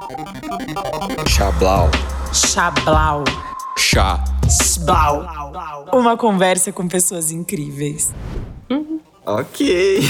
Chablau. Chablau. Chá. Sblau. Uma conversa com pessoas incríveis. Ok.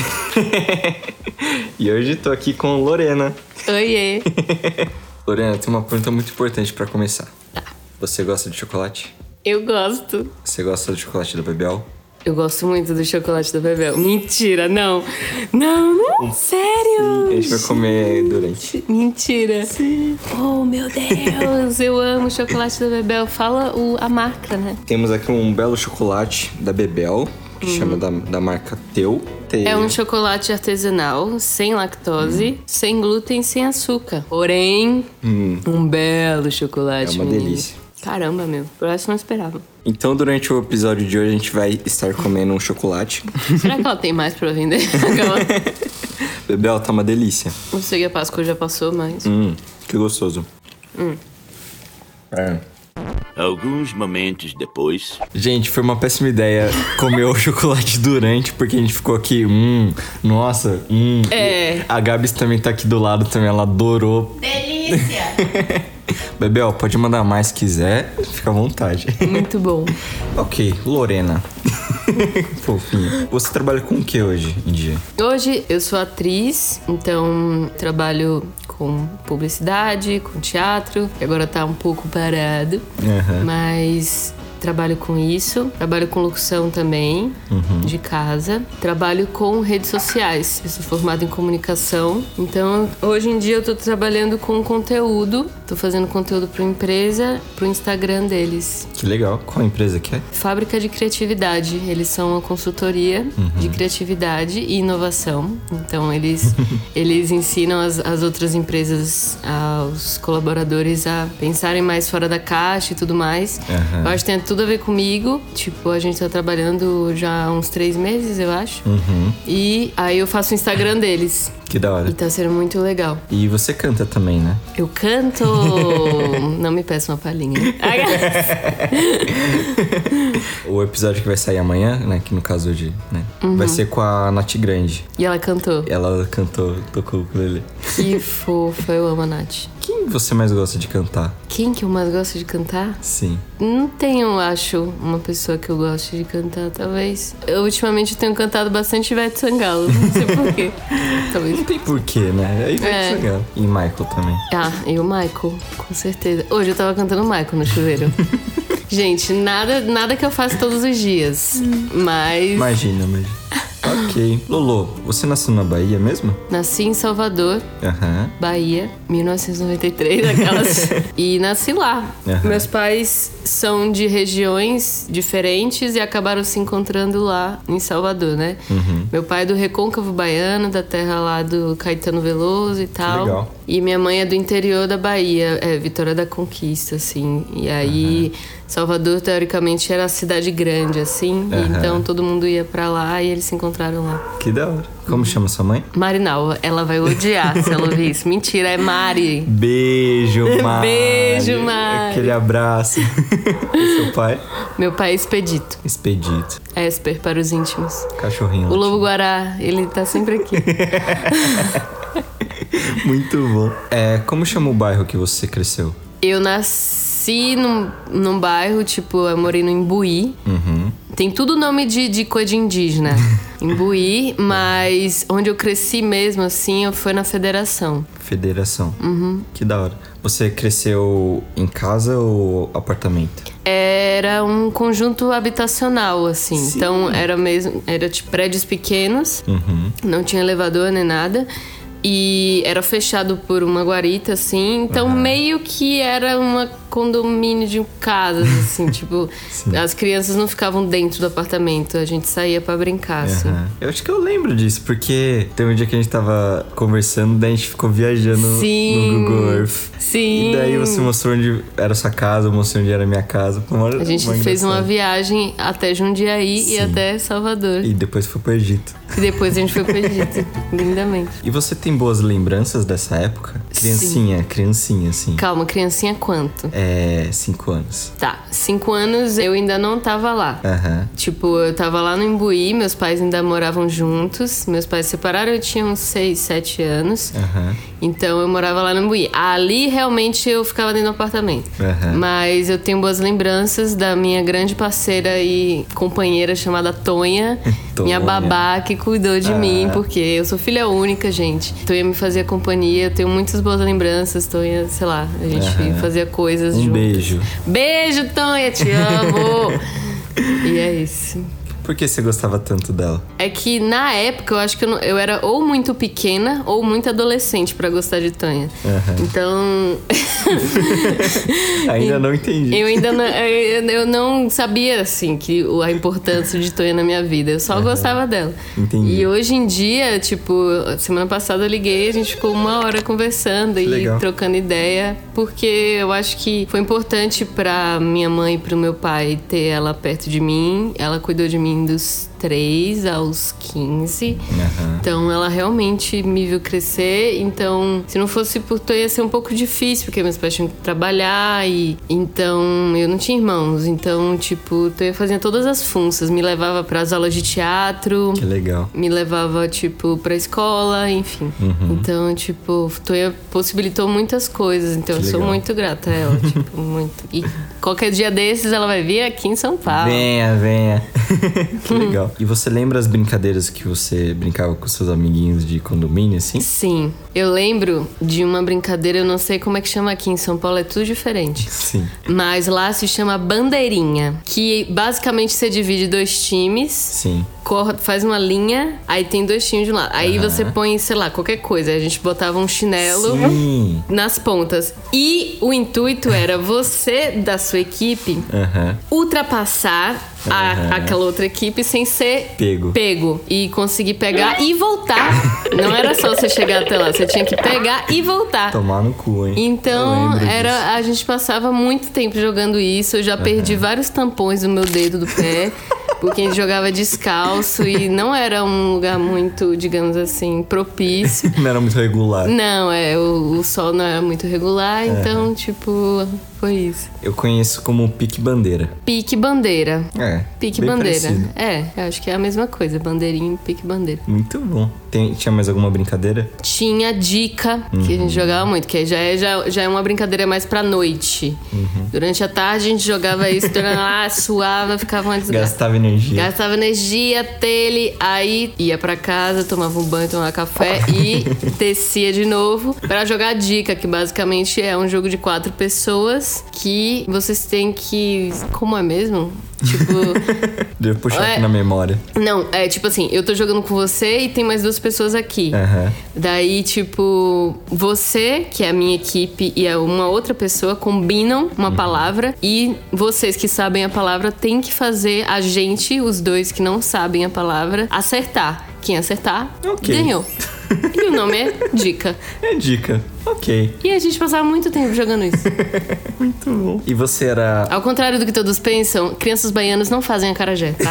E hoje tô aqui com Lorena. Oiê. Lorena, tem uma pergunta muito importante pra começar. Tá. Você gosta de chocolate? Eu gosto. Você gosta do chocolate da Bebel? Eu gosto muito do chocolate da Bebel. Mentira, não. Não, sério. Sim, a gente vai comer durante. Mentira. Sim. Oh, meu Deus. Eu amo o chocolate da Bebel. Fala a marca, né? Temos aqui um belo chocolate da Bebel, que chama da marca Teu. É um chocolate artesanal, sem lactose, sem glúten, sem açúcar. Porém, um belo chocolate. É uma delícia. Caramba, meu. Por essa eu não esperava. Então, durante o episódio de hoje, a gente vai estar comendo um chocolate. Será que ela tem mais pra vender? Bebel, tá uma delícia. Não sei, a Páscoa já passou, mas... Que gostoso. É. Alguns momentos depois... Gente, foi uma péssima ideia comer o chocolate durante, porque a gente ficou aqui, nossa, É. A Gabs também tá aqui do lado também, ela adorou. Delícia! Bebel, pode mandar mais se quiser, fica à vontade. Muito bom. Ok, Lorena. Fofinha. Você trabalha com o que hoje em dia? Hoje eu sou atriz, então trabalho com publicidade, com teatro, que agora tá um pouco parado, mas trabalho com isso. Trabalho com locução também, de casa. Trabalho com redes sociais. Eu sou formada em comunicação. Então, hoje em dia eu tô trabalhando com conteúdo. Tô fazendo conteúdo para empresa, pro Instagram deles. Que legal. Qual empresa que é? Fábrica de Criatividade. Eles são uma consultoria de criatividade e inovação. Então, eles ensinam as outras empresas, aos colaboradores a pensarem mais fora da caixa e tudo mais. Eu acho que tem tudo a ver comigo. Tipo, a gente tá trabalhando já há uns 3 meses, eu acho. E aí eu faço o Instagram deles. Que da hora. E tá sendo muito legal. E você canta também, né? Eu canto! Não me peça uma palhinha. O episódio que vai sair amanhã, né? Que no caso hoje, né? Vai ser com a Nath Grande. E ela cantou. Ela cantou, tocou o ukulele. Que fofa, eu amo a Nath. Quem você mais gosta de cantar? Quem que eu mais gosto de cantar? Sim. Não tenho, acho, uma pessoa que eu gosto de cantar, talvez. Eu ultimamente tenho cantado bastante Ivete Sangalo, não sei porquê. Talvez. Não tem porquê, né? Aí vai chegar. E Michael também. Ah, e o Michael, com certeza. Hoje eu tava cantando Michael no chuveiro. Gente, nada que eu faço todos os dias, mas... Imagina. Ok. Lolo, você nasceu na Bahia mesmo? Nasci em Salvador, Bahia, 1993, aquelas... E nasci lá. Meus pais são de regiões diferentes e acabaram se encontrando lá em Salvador, né? Meu pai é do Recôncavo Baiano, da terra lá do Caetano Veloso e tal. Legal. E minha mãe é do interior da Bahia, Vitória da Conquista, assim. E aí... Salvador, teoricamente, era a cidade grande, assim. E então, todo mundo ia pra lá e eles se encontraram lá. Que da hora. Como chama sua mãe? Marinal. Ela vai odiar se ela ouvir isso. Mentira, é Mari. Beijo, Mari. Beijo, Mari. Aquele abraço. E seu pai? Meu pai é Expedito. Expedito. Esper, para os íntimos. Cachorrinho. O Lobo Guará, ele tá sempre aqui. Muito bom. Como chama o bairro que você cresceu? Eu nasci num bairro, tipo, eu morei no Imbuí. Tem tudo nome de coisa de indígena. Imbuí, mas onde eu cresci mesmo, assim, foi na Federação. Federação. Que da hora. Você cresceu em casa ou apartamento? Era um conjunto habitacional, assim. Sim. Então, era tipo prédios pequenos. Não tinha elevador nem nada. E era fechado por uma guarita, assim. Então, meio que era uma condomínio de casas, assim. Tipo, as crianças não ficavam dentro do apartamento. A gente saía pra brincar, assim. Eu acho que eu lembro disso, porque tem um dia que a gente tava conversando, daí a gente ficou viajando no Google Earth. Sim. E daí você mostrou onde era a sua casa, eu mostrei onde era a minha casa. A gente fez uma viagem até Jundiaí e até Salvador. E depois foi pro Egito. E depois a gente foi pro Egito, lindamente. E você tem boas lembranças dessa época? Criancinha, assim. Calma, criancinha quanto? 5 anos? Tá, 5 anos eu ainda não tava lá. Tipo, eu tava lá no Imbuí, meus pais ainda moravam juntos. Meus pais se separaram, eu tinha uns 6, 7 anos. Então eu morava lá no Imbuí. Ali realmente eu ficava dentro do apartamento. Mas eu tenho boas lembranças da minha grande parceira e companheira chamada Tonha. Minha babá que cuidou de mim, porque eu sou filha única, gente. Tonha me fazia companhia, eu tenho muitas boas lembranças. Tonha, sei lá, a gente fazia coisas juntos. Beijo. Beijo, Tonha, te amo! E é isso. Por que você gostava tanto dela? É que na época eu acho que eu era ou muito pequena ou muito adolescente pra gostar de Tonha. Então. Ainda não entendi. Eu não sabia, assim, a importância de Tonha na minha vida. Eu só gostava dela. Entendi. E hoje em dia, tipo, semana passada eu liguei, a gente ficou 1 hora conversando e trocando ideia, porque eu acho que foi importante pra minha mãe e pro meu pai ter ela perto de mim. Ela cuidou de mim dos 3 aos 15. Então ela realmente me viu crescer. Então, se não fosse por Tonha, ia ser um pouco difícil, porque meus pais tinham que trabalhar então eu não tinha irmãos. Então, tipo, Tonha fazia todas as funções. Me levava pras aulas de teatro. Que legal. Me levava, tipo, pra escola, enfim. Então, tipo, Tonha possibilitou muitas coisas. Então eu sou muito grata a ela, tipo, muito. E qualquer dia desses ela vai vir aqui em São Paulo. Venha. Que legal. E você lembra as brincadeiras que você brincava com seus amiguinhos de condomínio, assim? Sim. Eu lembro de uma brincadeira, eu não sei como é que chama aqui em São Paulo, é tudo diferente. Sim. Mas lá se chama bandeirinha, que basicamente você divide 2 times. Sim. Faz uma linha, aí tem 2 times de um lado. Aí você põe, sei lá, qualquer coisa. A gente botava um chinelo nas pontas. E o intuito era você, da sua equipe, ultrapassar aquela outra equipe sem ser pego. E conseguir pegar e voltar. Não era só você chegar até lá, você tinha que pegar e voltar. Tomar no cu, hein? Então, a gente passava muito tempo jogando isso. Eu já perdi vários tampões no meu dedo do pé. Porque a gente jogava descalço e não era um lugar muito, digamos assim, propício. Não era muito regular. Não, o sol não era muito regular, então, tipo, foi isso. Eu conheço como pique-bandeira. Pique-bandeira. Pique-bandeira. Parecido. Eu acho que é a mesma coisa, bandeirinha e pique-bandeira. Muito bom. Tinha mais alguma brincadeira? Tinha dica, que a gente jogava muito, que já é uma brincadeira mais pra noite. Durante a tarde a gente jogava isso, suava, ficava uma desgraça. Gastava energia, aí ia pra casa, tomava um banho, tomava café e descia de novo pra jogar dica, que basicamente é um jogo de 4 pessoas que vocês têm que... Como é mesmo? Tipo... Deixa eu puxar aqui na memória. Não, é tipo assim, eu tô jogando com você e tem mais 2 pessoas aqui. Daí, tipo, você, que é a minha equipe, e uma outra pessoa combinam uma palavra e vocês que sabem a palavra têm que fazer a gente, os 2 que não sabem a palavra, acertar. Quem acertar, ganhou. E o nome é Dica. É Dica, ok. E a gente passava muito tempo jogando isso. Muito bom. E você era... Ao contrário do que todos pensam, crianças baianas não fazem acarajé, tá?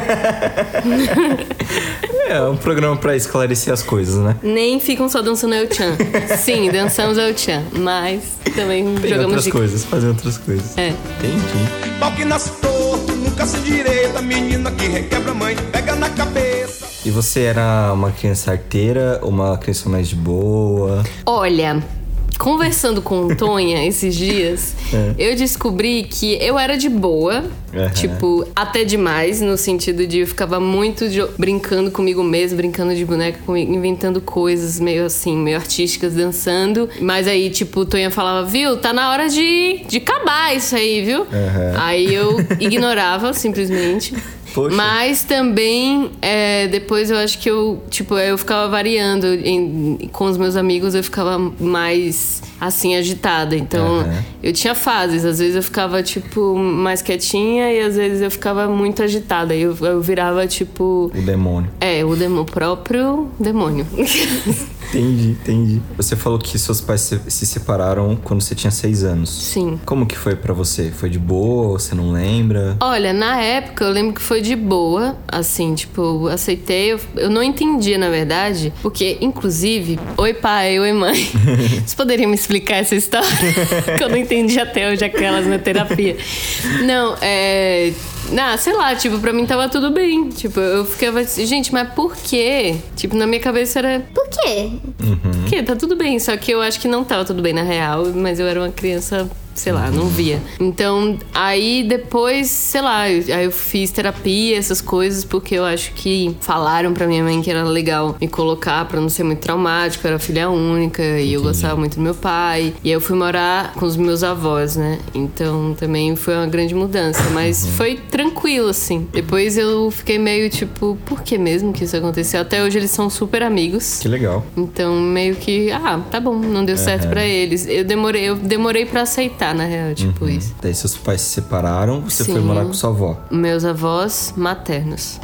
É um programa pra esclarecer as coisas, né? Nem ficam só dançando El-chan. Sim, dançamos El-chan, mas também jogamos Dica. Fazem outras coisas. Entendi. Pau que nasce torto, nunca se direita, menina que requebra a mãe, pega na cabeça. E você era uma criança arteira ou uma criança mais de boa? Olha, conversando com o Tonha esses dias, eu descobri que eu era de boa. Tipo, até demais, no sentido de eu ficava muito brincando comigo mesmo, brincando de boneca comigo, inventando coisas meio assim, meio artísticas, dançando. Mas aí, tipo, o Tonha falava, viu, tá na hora de acabar isso aí, viu? Aí eu ignorava, simplesmente. Poxa. Mas também, depois eu acho que eu ficava variando. Com os meus amigos eu ficava mais, assim, agitada. Então, eu tinha fases. Às vezes eu ficava, tipo, mais quietinha e às vezes eu ficava muito agitada. Eu virava, tipo... O demônio. O próprio demônio. Entendi. Você falou que seus pais se separaram quando você tinha 6 anos. Sim. Como que foi pra você? Foi de boa? Você não lembra? Olha, na época eu lembro que foi de boa. Assim, tipo, aceitei. Eu não entendia, na verdade. Porque, inclusive... Oi, pai. Oi, mãe. Vocês poderiam me explicar essa história? Que eu não entendi até hoje aquelas na terapia. Não, sei lá, tipo, pra mim tava tudo bem. Tipo, eu ficava assim, gente, mas por quê? Tipo, na minha cabeça era... Por quê? Por quê? Tá tudo bem. Só que eu acho que não tava tudo bem na real. Mas eu era uma criança... sei lá, não via. Então, aí depois, sei lá, aí eu fiz terapia, essas coisas, porque eu acho que falaram pra minha mãe que era legal me colocar pra não ser muito traumático, eu era filha única e eu gostava muito do meu pai. E aí eu fui morar com os meus avós, né? Então também foi uma grande mudança, mas foi tranquilo, assim. Depois eu fiquei meio tipo, por que mesmo que isso aconteceu? Até hoje eles são super amigos. Que legal. Então meio que, tá bom, não deu certo pra eles. Eu demorei pra aceitar, na real, tipo isso. Daí seus pais se separaram, você foi morar com sua avó. Meus avós maternos.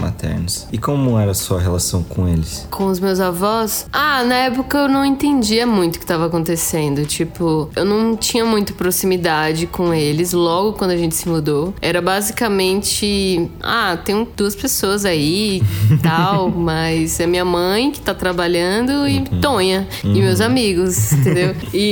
E como era a sua relação com eles? Com os meus avós? Na época eu não entendia muito o que estava acontecendo. Tipo, eu não tinha muito proximidade com eles logo quando a gente se mudou. Era basicamente, tem 2 pessoas aí e tal, mas é minha mãe que tá trabalhando e Tonha. E meus amigos, entendeu?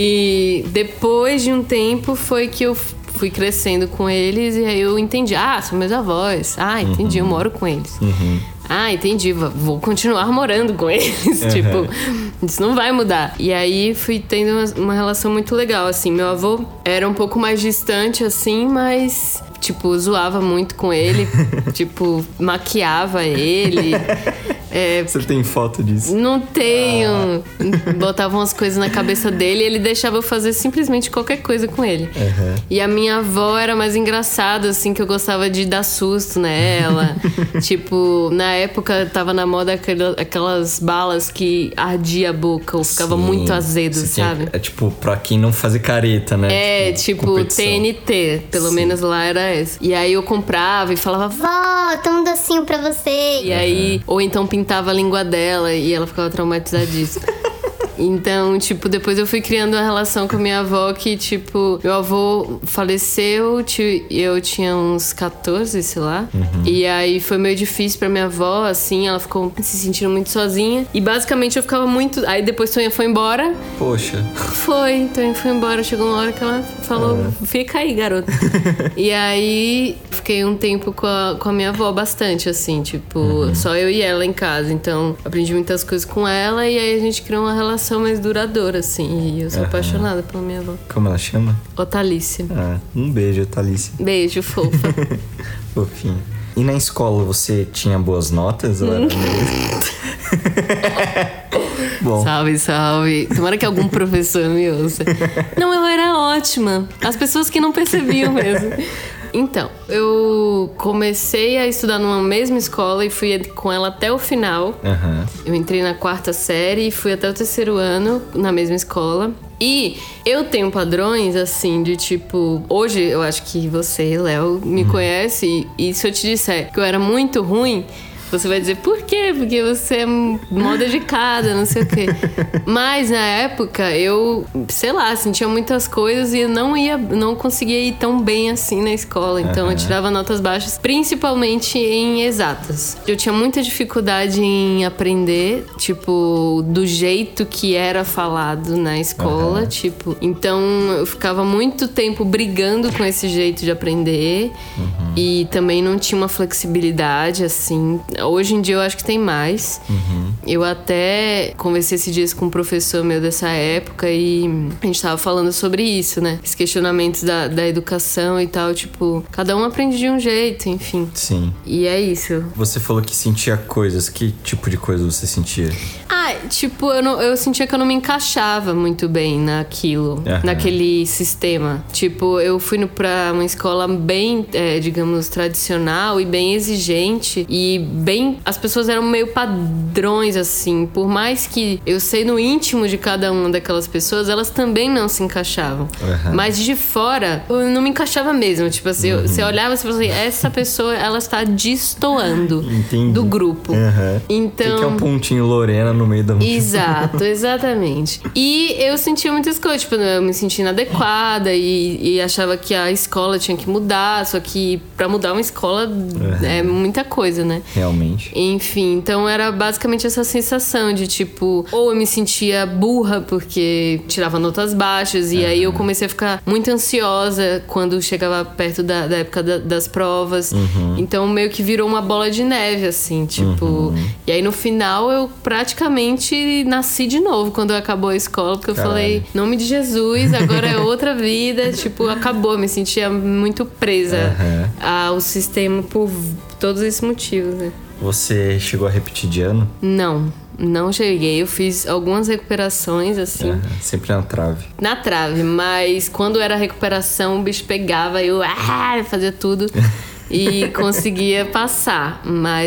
E depois de um tempo foi que eu fui crescendo com eles e aí eu entendi. São meus avós. Entendi, eu moro com eles. Entendi, vou continuar morando com eles. Tipo, isso não vai mudar. E aí fui tendo uma relação muito legal, assim. Meu avô era um pouco mais distante, assim, mas... tipo, zoava muito com ele. Tipo, maquiava ele. Você tem foto disso? Não tenho. Botava umas coisas na cabeça dele e ele deixava eu fazer simplesmente qualquer coisa com ele. E a minha avó era mais engraçada, assim, que eu gostava de dar susto nela. Tipo, na época tava na moda aquelas balas que ardia a boca ou ficava muito azedo, sabe? É tipo, pra quem não fazer careta, né? Tipo competição. TNT. Pelo menos lá era essa. E aí eu comprava e falava, vó, tem um docinho pra você. E aí, ou então pintava a língua dela e ela ficava traumatizadíssima. Então, tipo, depois eu fui criando uma relação com a minha avó que, tipo, meu avô faleceu, eu tinha uns 14, sei lá. E aí foi meio difícil pra minha avó, assim, ela ficou se sentindo muito sozinha. E basicamente eu ficava muito... Aí depois Tonha foi embora. Poxa. Tonha foi embora. Chegou uma hora que ela falou, fica aí, garota. E aí fiquei um tempo com a minha avó bastante, assim, tipo, só eu e ela em casa. Então, aprendi muitas coisas com ela e aí a gente criou uma relação mais duradoura, assim. E eu sou apaixonada pela minha avó. Como ela chama? Otalícia. Um beijo, Otalícia. Beijo, fofa. Fofinho. E na escola você tinha boas notas? Ou era Bom. Salve. Tomara que algum professor me ouça. Não, eu era ótima. As pessoas que não percebiam mesmo. Então, eu comecei a estudar numa mesma escola e fui com ela até o final. Eu entrei na 4ª série e fui até o 3º ano na mesma escola. E eu tenho padrões, assim, de tipo... Hoje eu acho que você, Léo, me conhece. E se eu te disser que eu era muito ruim... Você vai dizer, por quê? Porque você é mó dedicada, não sei o quê. Mas na época eu, sei lá, sentia muitas coisas e eu não conseguia ir tão bem assim na escola. Então eu tirava notas baixas, principalmente em exatas. Eu tinha muita dificuldade em aprender, tipo, do jeito que era falado na escola, tipo. Então eu ficava muito tempo brigando com esse jeito de aprender. E também não tinha uma flexibilidade, assim. Hoje em dia eu acho que tem mais. Eu até conversei esses dias com um professor meu dessa época e a gente tava falando sobre isso, né? Esses questionamentos da educação e tal, tipo, cada um aprende de um jeito, enfim. Sim. E é isso. Você falou que sentia coisas. Que tipo de coisa você sentia? Tipo, eu sentia que eu não me encaixava muito bem naquilo, naquele sistema. Tipo, eu fui pra uma escola bem, digamos, tradicional e bem exigente e bem... As pessoas eram meio padrões, assim. Por mais que eu sei no íntimo de cada uma daquelas pessoas, elas também não se encaixavam. Mas de fora, eu não me encaixava mesmo. Tipo assim, você olhava e falava assim, essa pessoa, ela está destoando do grupo. Então... O que é um pontinho Lorena no meio meio da multidão. Exato, exatamente. E eu sentia muitas coisas, tipo, eu me sentia inadequada e achava que a escola tinha que mudar, só que pra mudar uma escola é muita coisa, né? Realmente. Enfim, então era basicamente essa sensação de, tipo, ou eu me sentia burra porque tirava notas baixas, e aí eu comecei a ficar muito ansiosa quando chegava perto da época das provas. Então meio que virou uma bola de neve, assim, tipo... E aí no final eu praticamente nasci de novo quando acabou a escola, porque eu falei, nome de Jesus, agora é outra vida, tipo, acabou, eu me sentia muito presa ao sistema por todos esses motivos, né? Você chegou a repetir de ano? Não cheguei, eu fiz algumas recuperações, assim. Sempre na trave. Na trave, mas quando era recuperação, o bicho pegava, eu fazia tudo e conseguia passar.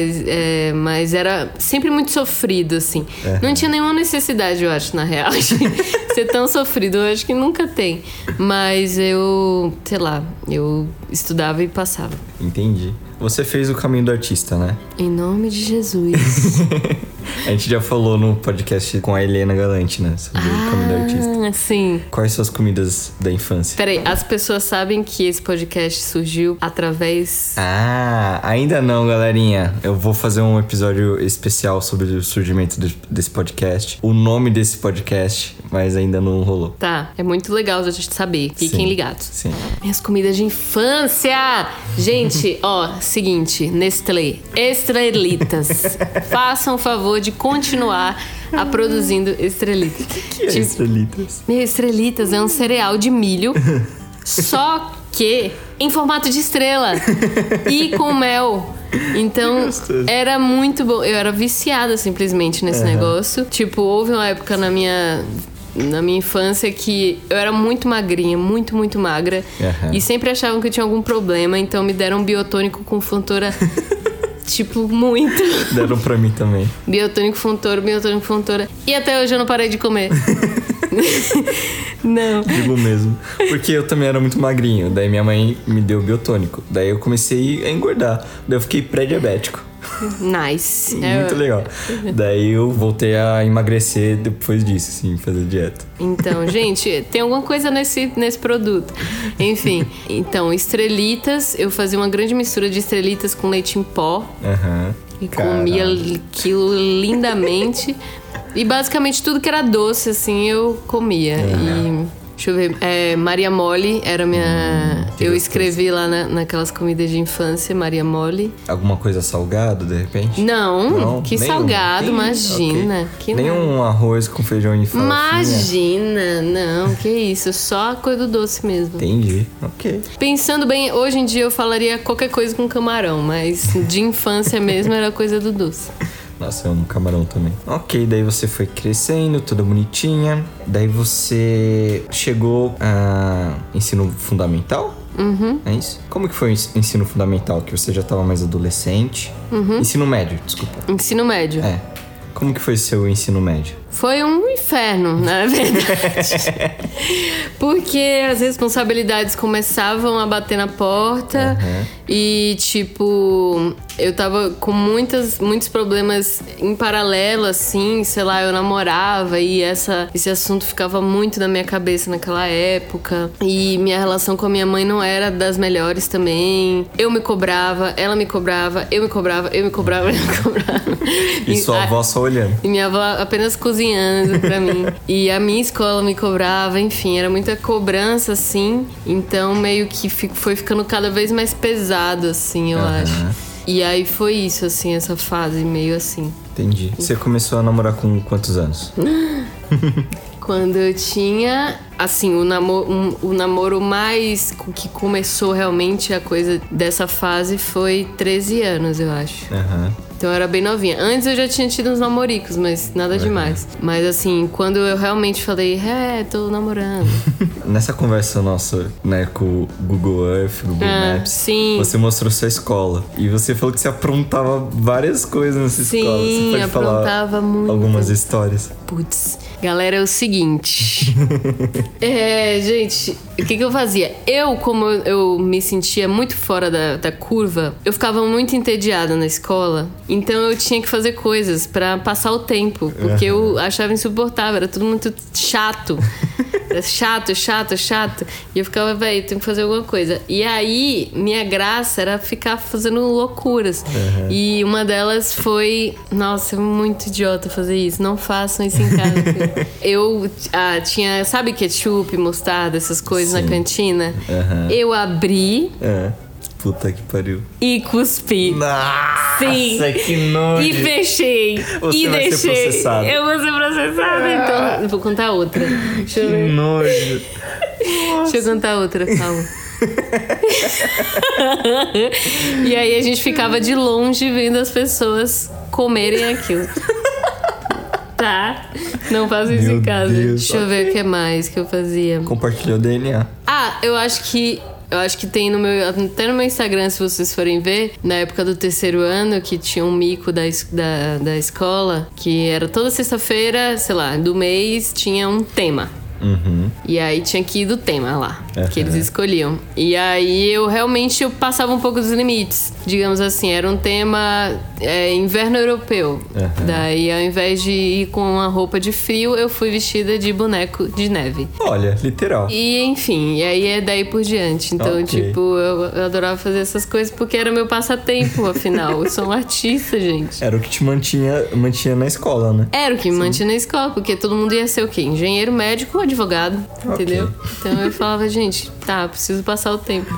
Mas era sempre muito sofrido, assim. Não tinha nenhuma necessidade, eu acho, na real, de ser tão sofrido. Eu acho que nunca tem. Mas eu, sei lá, eu estudava e passava. Entendi. Você fez o caminho do artista, né? Em nome de Jesus. A gente já falou no podcast com a Helena Galante, né? Sobre o caminho do artista. Sim. Quais são as comidas da infância? Peraí, as pessoas sabem que esse podcast surgiu através... Ainda não, galerinha. Eu vou fazer um episódio especial sobre o surgimento desse podcast. O nome desse podcast, mas ainda não rolou. Tá, é muito legal a gente saber. Fiquem ligados. Sim. Minhas comidas de infância! Gente, ó, seguinte, Nestlé, Estrelitas. Façam o favor de continuar a produzindo Estrelitas. O que é Estrelitas? Estrelitas é um cereal de milho, só que em formato de estrela e com mel. Então, era muito bom. Eu era viciada simplesmente nesse negócio. Tipo, houve uma época na minha infância que eu era muito magrinha, muito, muito magra. E sempre achavam que eu tinha algum problema, então me deram um biotônico com Fontoura. Tipo, muito. Deram pra mim também. Biotônico Fontoura. E até hoje eu não parei de comer. Não. Digo mesmo. Porque eu também era muito magrinho. Daí minha mãe me deu biotônico. Daí eu comecei a engordar. Daí eu fiquei pré-diabético. Nice. Muito legal. Daí eu voltei a emagrecer depois disso, assim, fazer dieta. Então, gente, tem alguma coisa nesse produto. Enfim, então, Estrelitas, eu fazia uma grande mistura de Estrelitas com leite em pó. E comia aquilo lindamente. E basicamente tudo que era doce, assim, eu comia. E... Deixa eu ver. Maria Mole era minha... eu escrevi lá naquelas comidas de infância, Maria Mole. Alguma coisa salgado, de repente? Não, que nenhum. Salgado, imagina. Okay. Que nenhum arroz com feijão e farofinha? Imagina, não, que isso. Só coisa do doce mesmo. Entendi, ok. Pensando bem, hoje em dia eu falaria qualquer coisa com camarão, mas de infância mesmo era coisa do doce. Nossa, eu amo camarão também. Ok, daí você foi crescendo, toda bonitinha. Daí você chegou a ensino fundamental? É isso? Como que foi o ensino fundamental? Que você já estava mais adolescente? Ensino médio, desculpa. Ensino médio. Como que foi seu ensino médio? Foi um inferno, na verdade. Porque as responsabilidades começavam a bater na porta. E, tipo, eu tava com muitos problemas em paralelo, assim. Sei lá, eu namorava e esse assunto ficava muito na minha cabeça naquela época. E minha relação com a minha mãe não era das melhores também. Eu me cobrava, ela me cobrava, eu me cobrava. E sua avó só olhando. E minha avó apenas cozinhando pra mim. E a minha escola me cobrava, enfim, era muita cobrança, assim. Então, meio que foi ficando cada vez mais pesado, assim, eu acho. E aí foi isso, assim, essa fase meio assim. Entendi. Você começou a namorar com quantos anos? Quando eu tinha, assim, o namoro mais que começou realmente a coisa dessa fase foi 13 anos, eu acho. Então eu era bem novinha. Antes eu já tinha tido uns namoricos, mas nada demais. Mas assim, quando eu realmente falei, tô namorando. Nessa conversa nossa, né, com o Google Earth, Google Maps, sim. Você mostrou sua escola. E você falou que você aprontava várias coisas nessa escola. Você pode aprontava falar muito. Algumas histórias? Putz, galera, é o seguinte. Gente, o que eu fazia? Como eu me sentia muito fora da curva, eu ficava muito entediada na escola. Então eu tinha que fazer coisas pra passar o tempo. Porque eu achava insuportável, era tudo muito chato. Era chato. E eu ficava, velho, tenho que fazer alguma coisa. E aí, minha graça era ficar fazendo loucuras. E uma delas foi... Nossa, é muito idiota fazer isso. Não façam isso em casa. Eu tinha... Sabe ketchup, mostarda, essas coisas na cantina? Eu abri... Puta que pariu. E cuspi. Nossa, sim. Que nojo. E fechei. Você e vai deixei. ser processado. Eu vou ser processada, então. Vou contar outra. Deixa eu ver. Que nojo. Deixa eu contar outra, calma. E aí a gente ficava de longe vendo as pessoas comerem aquilo. Tá? Não faço isso em casa. Deus. Deixa eu ver o que mais que eu fazia. Compartilhou o DNA. Eu acho que tem até no meu Instagram, se vocês forem ver, na época do 3º ano, que tinha um mico da escola, que era toda sexta-feira, sei lá, do mês, tinha um tema. E aí tinha que ir do tema lá, que eles escolhiam. E aí eu passava um pouco dos limites. Digamos assim, era um tema inverno europeu. Daí ao invés de ir com uma roupa de frio, eu fui vestida de boneco de neve. Olha, literal. E enfim, e aí é daí por diante. Então, tipo, eu adorava fazer essas coisas porque era meu passatempo, afinal. Eu sou um artista, gente. Era o que te mantinha na escola, né? Era o que me mantinha na escola, porque todo mundo ia ser o quê? Engenheiro, médico ou advogado, entendeu? Então eu falava, gente, preciso passar o tempo.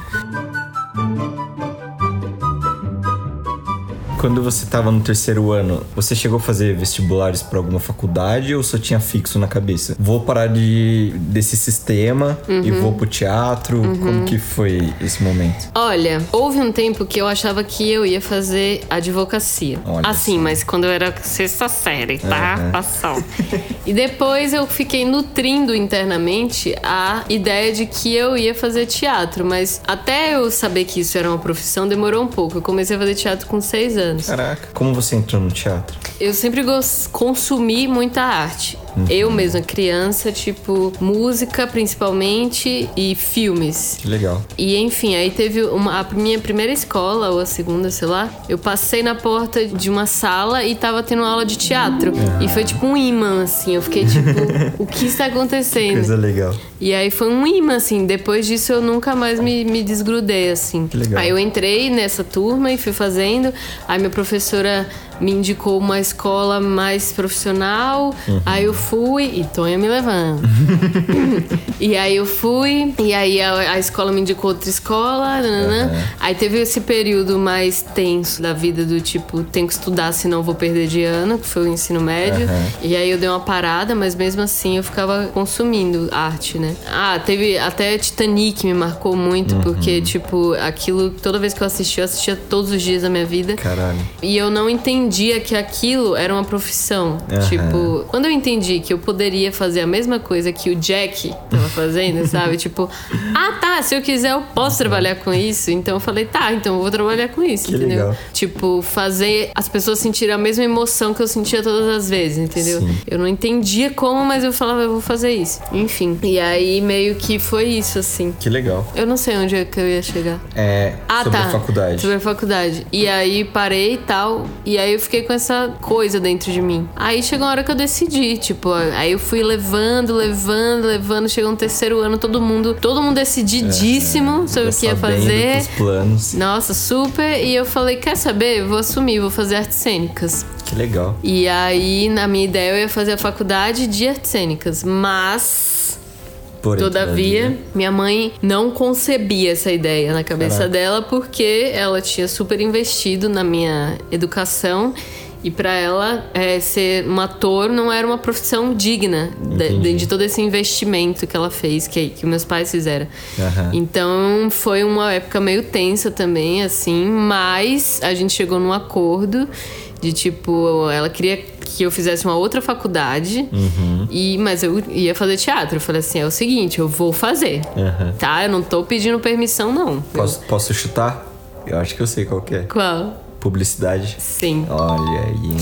Quando você tava no 3º ano, você chegou a fazer vestibulares pra alguma faculdade ou só tinha fixo na cabeça? Vou parar desse sistema e vou pro teatro? Como que foi esse momento? Olha, houve um tempo que eu achava que eu ia fazer advocacia. Olha assim, mas quando eu era 6ª série, tá? Passou. E depois eu fiquei nutrindo internamente a ideia de que eu ia fazer teatro. Mas até eu saber que isso era uma profissão, demorou um pouco. Eu comecei a fazer teatro com 6 anos. Caraca, como você entrou no teatro? Eu sempre consumi muita arte. Eu mesma, criança, tipo, música principalmente e filmes. Que legal. E enfim, aí teve a minha primeira escola, ou a segunda, sei lá. Eu passei na porta de uma sala e tava tendo aula de teatro. E foi tipo um imã, assim. Eu fiquei tipo, o que está acontecendo? Coisa legal. E aí foi um imã, assim. Depois disso eu nunca mais me desgrudei, assim. Que legal. Aí eu entrei nessa turma e fui fazendo. Aí minha professora me indicou uma escola mais profissional. Aí eu fui e Tonha me levando. E aí eu fui, e aí a escola me indicou outra escola. Aí teve esse período mais tenso da vida do tipo, tenho que estudar, senão vou perder de ano, que foi o ensino médio. E aí eu dei uma parada, mas mesmo assim eu ficava consumindo arte, né? Teve até Titanic me marcou muito, porque tipo, aquilo, toda vez que eu assistia todos os dias da minha vida. Caralho. E eu não entendia que aquilo era uma profissão. Tipo, quando eu entendi que eu poderia fazer a mesma coisa que o Jack tava fazendo, sabe? Tipo, se eu quiser eu posso trabalhar com isso. Então eu falei, então eu vou trabalhar com isso, que entendeu? Legal. Tipo, fazer as pessoas sentirem a mesma emoção que eu sentia todas as vezes, entendeu? Sim. Eu não entendia como, mas eu falava, eu vou fazer isso. Enfim. E aí meio que foi isso, assim. Que legal. Eu não sei onde é que eu ia chegar. Sobre a faculdade. Sobre a faculdade. E aí parei e tal. E aí eu fiquei com essa coisa dentro de mim. Aí chegou uma hora que eu decidi, tipo, aí eu fui levando. Chegou no 3º ano, todo mundo decididíssimo sobre o que ia fazer. Dos planos. Nossa, super. E eu falei, quer saber? Eu vou assumir, vou fazer artes cênicas. Que legal. E aí, na minha ideia, eu ia fazer a faculdade de artes cênicas. Mas... Todavia, minha mãe não concebia essa ideia na cabeça dela, porque ela tinha super investido na minha educação. E pra ela, ser um ator não era uma profissão digna de todo esse investimento que ela fez, que meus pais fizeram. Então, foi uma época meio tensa também, assim. Mas a gente chegou num acordo de, tipo, ela queria que eu fizesse uma outra faculdade, mas eu ia fazer teatro. Eu falei assim, é o seguinte, eu vou fazer, tá? Eu não tô pedindo permissão, não. Posso chutar? Eu acho que eu sei qual que é. Qual? Publicidade. Sim. Olha aí, hein?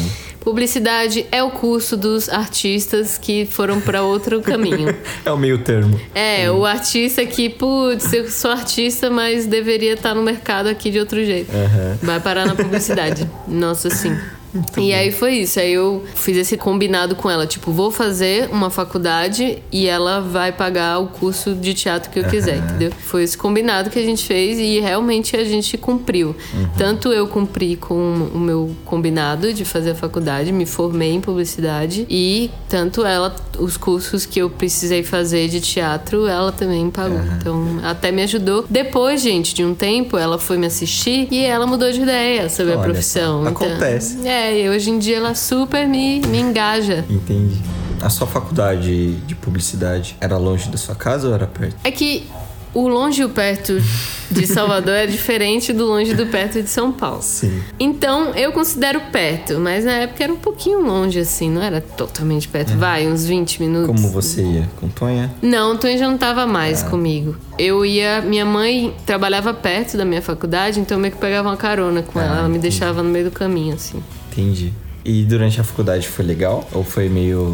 Publicidade é o curso dos artistas que foram pra outro caminho. É o meio termo. O artista que, putz, eu sou artista, mas deveria estar no mercado aqui de outro jeito. Vai parar na publicidade. Nossa, sim. E aí foi isso, aí eu fiz esse combinado com ela, tipo, vou fazer uma faculdade e ela vai pagar o curso de teatro que eu quiser, entendeu? Foi esse combinado que a gente fez e realmente a gente cumpriu. Tanto eu cumpri com o meu combinado de fazer a faculdade, me formei em publicidade, e tanto ela, os cursos que eu precisei fazer de teatro, ela também pagou. Então, até me ajudou. Depois, gente, de um tempo, ela foi me assistir e ela mudou de ideia sobre a profissão. Só. Acontece. E hoje em dia ela super me engaja. Entendi. A sua faculdade de publicidade era longe da sua casa ou era perto? É que o longe e o perto de Salvador é diferente do longe e do perto de São Paulo. Sim. Então, eu considero perto, mas na época era um pouquinho longe, assim, não era totalmente perto. Vai, uns 20 minutos. Como você ia? Com Tonha? Não, Tonha já não tava mais comigo. Eu ia... Minha mãe trabalhava perto da minha faculdade, então eu meio que pegava uma carona com ela. Ela me deixava no meio do caminho, assim. Entendi. E durante a faculdade foi legal? Ou foi meio...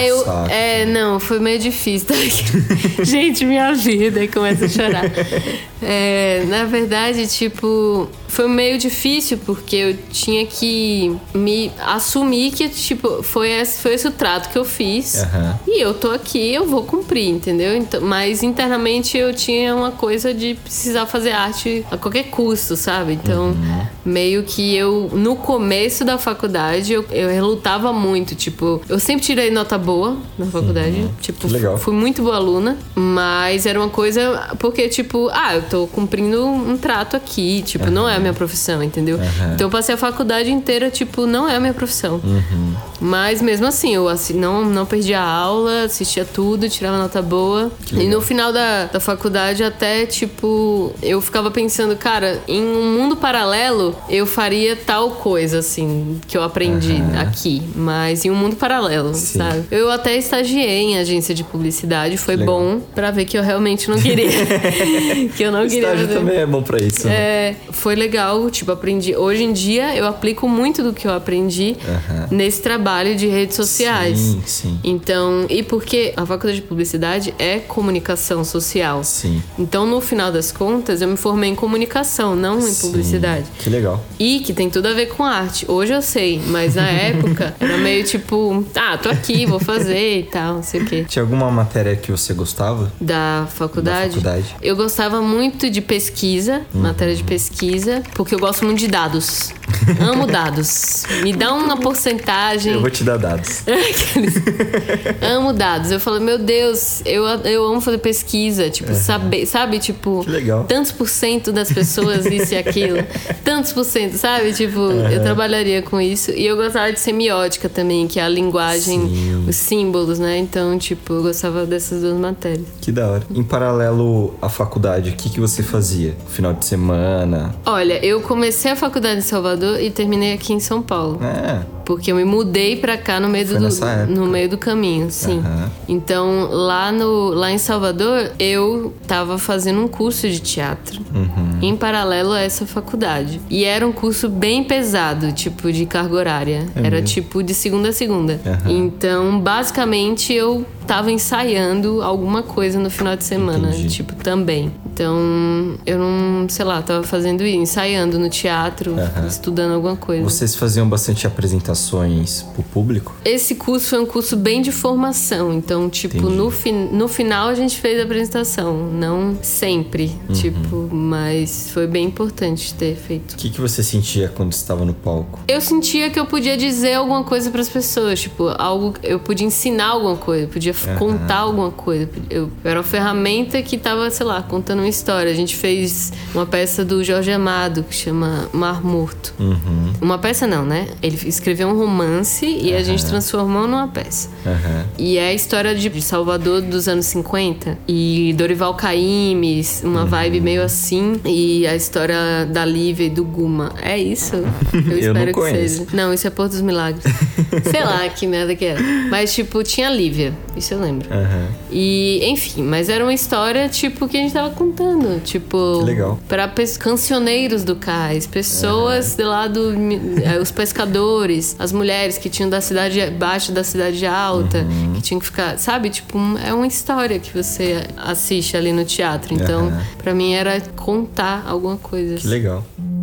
Não, foi meio difícil. Gente, minha vida, aí começa a chorar. Na verdade, tipo, foi meio difícil porque eu tinha que me assumir que, tipo, foi esse o trato que eu fiz. E eu tô aqui, eu vou cumprir, entendeu? Então, mas internamente eu tinha uma coisa de precisar fazer arte a qualquer custo, sabe? Então, meio que eu, no começo da faculdade, eu relutava muito, tipo, eu sempre tirei nota boa na faculdade, tipo, fui muito boa aluna, mas era uma coisa, porque, tipo, eu tô cumprindo um trato aqui, tipo, não é a minha profissão, entendeu? Então eu passei a faculdade inteira, tipo, não é a minha profissão. Mas mesmo assim, eu não perdi a aula, assistia tudo, tirava nota boa. E no final da faculdade até, tipo, eu ficava pensando, cara, em um mundo paralelo, eu faria tal coisa, assim, que eu aprendi aqui, mas em um mundo paralelo, sabe? Eu até estagiei em agência de publicidade, foi bom pra ver que eu realmente não queria. Que eu não queria. Estágio também é bom pra isso, né? Foi legal, tipo, aprendi. Hoje em dia eu aplico muito do que eu aprendi nesse trabalho de redes sociais. Sim. Então, e porque a faculdade de publicidade é comunicação social. Sim. Então, no final das contas, eu me formei em comunicação, não em publicidade. Que legal. E que tem tudo a ver com arte. Hoje eu sei, mas na época era meio tipo, tô aqui, vou fazer e tal, não sei o quê. Tinha alguma matéria que você gostava? Da faculdade? Eu gostava muito de pesquisa, matéria de pesquisa, porque eu gosto muito de dados. Amo dados. Me dá uma porcentagem. Eu vou te dar dados. Amo dados. Eu falo, meu Deus, eu amo fazer pesquisa. Tipo, saber, sabe? Tipo, que legal. Tantos por cento das pessoas isso e aquilo. Tantos por cento, sabe? Tipo, eu trabalharia com isso. E eu gostava de semiótica também, que é a linguagem, os símbolos, né? Então, tipo, eu gostava dessas duas matérias. Que da hora. Em paralelo à faculdade, o que você fazia? Final de semana? Olha, eu comecei a faculdade em Salvador e terminei aqui em São Paulo. Porque eu me mudei pra cá no meio do caminho, sim. Então, lá em Salvador, eu tava fazendo um curso de teatro. Em paralelo a essa faculdade. E era um curso bem pesado, tipo, de carga horária. Era tipo de segunda a segunda. Então, basicamente, eu tava ensaiando alguma coisa no final de semana. Entendi. Tipo, também. Então, eu não, sei lá, tava fazendo isso, ensaiando no teatro, estudando alguma coisa. Vocês faziam bastante apresentações pro público? Esse curso foi um curso bem de formação. Então, tipo, no final a gente fez a apresentação. Não sempre, tipo, mas foi bem importante ter feito. O que você sentia quando estava no palco? Eu sentia que eu podia dizer alguma coisa pras pessoas. Tipo, eu podia ensinar alguma coisa, podia contar alguma coisa. Eu era uma ferramenta que tava, sei lá, contando uma história. A gente fez uma peça do Jorge Amado que chama Mar Morto. Uma peça não, né? Ele escreveu um romance e a gente transformou numa peça. E é a história de Salvador dos anos 50 e Dorival Caymmi, uma vibe meio assim, e a história da Lívia e do Guma. É isso? Eu espero que seja. Não, isso é Porto dos Milagres. Sei lá que merda que era. Mas, tipo, tinha a Lívia. Isso eu lembro. E, enfim, mas era uma história, tipo, que a gente tava contando. Tipo, legal. Pra cancioneiros do cais, pessoas de lá os pescadores, as mulheres que tinham da cidade baixa da cidade alta, que tinham que ficar, sabe? Tipo, é uma história que você assiste ali no teatro. Então, pra mim era contar alguma coisa. Que legal.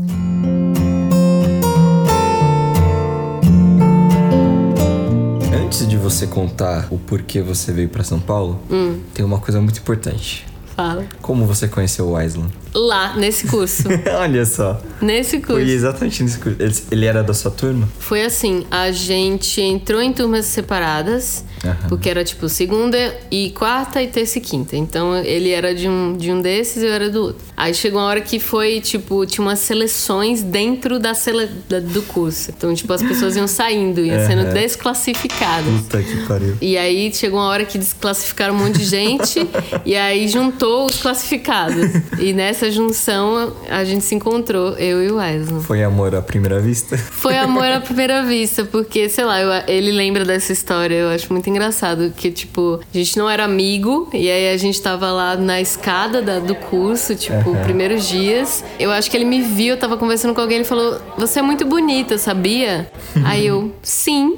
Antes de você contar o porquê você veio pra São Paulo, tem uma coisa muito importante. Fala. Como você conheceu o Aislan? Lá, nesse curso. Olha só. Nesse curso. Foi exatamente nesse curso. Ele era da sua turma? Foi assim, a gente entrou em turmas separadas, porque era tipo segunda e quarta e terça e quinta. Então ele era de um desses e eu era do outro. Aí chegou uma hora que foi, tipo, tinha umas seleções dentro do curso. Então, tipo, as pessoas iam saindo, iam sendo desclassificadas. Puta que pariu. E aí chegou uma hora que desclassificaram um monte de gente e aí juntou os classificados. E nessa junção a gente se encontrou, eu e o Aislan. Foi amor à primeira vista? Foi amor à primeira vista, porque, sei lá, ele lembra dessa história, eu acho muito engraçado, que, tipo, a gente não era amigo, e aí a gente tava lá na escada do curso, tipo, primeiros dias. Eu acho que ele me viu, eu tava conversando com alguém, ele falou, você é muito bonita, sabia? Aí eu, sim.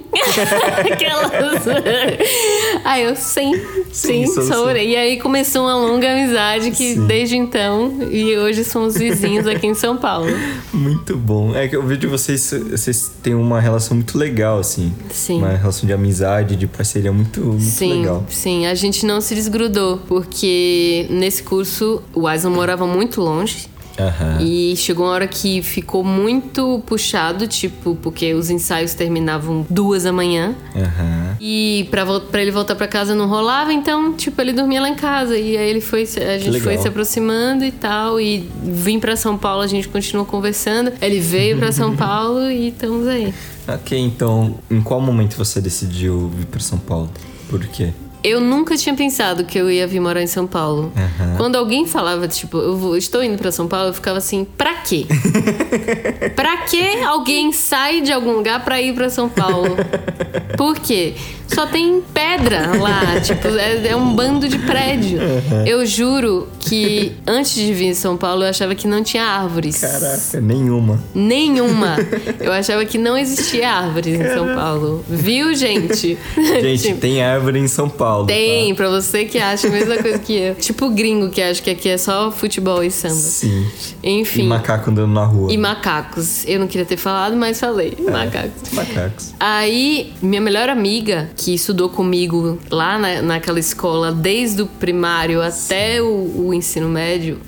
Aí eu, sim, sou. E aí começou uma longa amizade que desde então, e hoje somos vizinhos aqui em São Paulo. Muito bom. É que eu vejo vocês têm uma relação muito legal, assim. Sim. Uma relação de amizade, de parceria muito legal. Sim, a gente não se desgrudou, porque nesse curso o Aislan morava muito longe. E chegou uma hora que ficou muito puxado, tipo, porque os ensaios terminavam 2 da manhã. E pra ele voltar pra casa não rolava, então, tipo, ele dormia lá em casa. E aí a gente foi se aproximando e tal. E vim pra São Paulo, a gente continuou conversando. Ele veio pra São Paulo e estamos aí. Ok, então, em qual momento você decidiu vir pra São Paulo? Por quê? Eu nunca tinha pensado que eu ia vir morar em São Paulo. Quando alguém falava, tipo, estou indo pra São Paulo, eu ficava assim, pra quê? Pra que alguém sai de algum lugar pra ir pra São Paulo? Por quê? Só tem pedra lá, tipo, é um bando de prédio. Eu juro que antes de vir em São Paulo, eu achava que não tinha árvores. Caraca, nenhuma. Eu achava que não existia árvores em São Paulo. Viu, gente? Gente, tem árvore em São Paulo. Tem, pra você que acha a mesma coisa que eu. Tipo gringo que acha que aqui é só futebol e samba. Sim. Enfim. E macaco andando na rua. E macacos. Eu não queria ter falado, mas falei. Macacos. Aí, minha melhor amiga, que estudou comigo lá naquela escola, desde o primário até o ensino médio,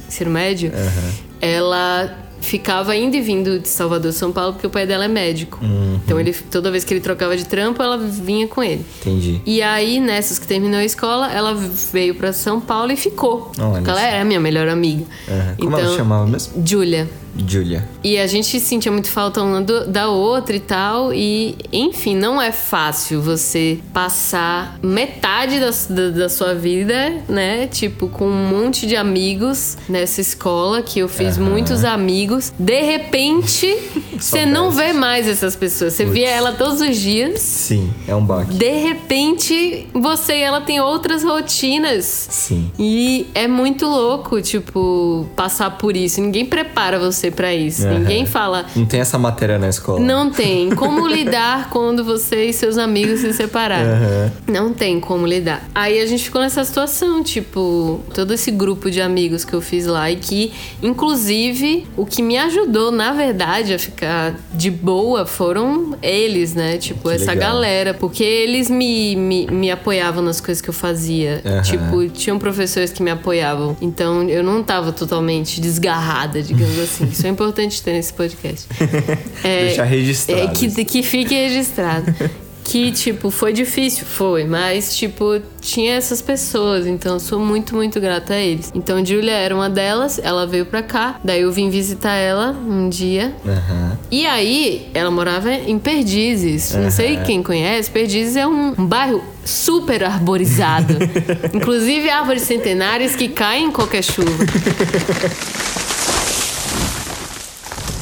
ela ficava indo e vindo de Salvador, São Paulo, porque o pai dela é médico. Então, toda vez que ele trocava de trampo, ela vinha com ele. Entendi. E aí, nessas que terminou a escola, ela veio pra São Paulo e ficou. Porque ela era a minha melhor amiga. Como ela chamava mesmo? Júlia. E a gente sentia muito falta uma da outra e tal. E, enfim, não é fácil você passar metade da sua vida, né? Tipo, com um monte de amigos nessa escola, que eu fiz muitos amigos. De repente, você não vê mais essas pessoas. Você via ela todos os dias. Sim, é um baque. De repente, você e ela tem outras rotinas. Sim. E é muito louco, tipo, passar por isso. Ninguém prepara você pra isso. Ninguém fala... Não tem essa matéria na escola. Não tem. Como lidar quando você e seus amigos se separaram? Não tem como lidar. Aí a gente ficou nessa situação, tipo... Todo esse grupo de amigos que eu fiz lá e que, inclusive, o que me ajudou, na verdade, a ficar de boa foram eles, né? Tipo, essa galera. Porque eles me apoiavam nas coisas que eu fazia. Tipo, tinham professores que me apoiavam. Então, eu não tava totalmente desgarrada, digamos assim. Isso é importante ter nesse podcast. Deixar registrado. Que fique registrado. Que, tipo, foi difícil, mas, tipo, tinha essas pessoas, então eu sou muito, muito grata a eles. Então, Júlia era uma delas, ela veio pra cá, daí eu vim visitar ela um dia. E aí, ela morava em Perdizes. Não sei quem conhece, Perdizes é um bairro super arborizado. Inclusive, árvores centenárias que caem em qualquer chuva.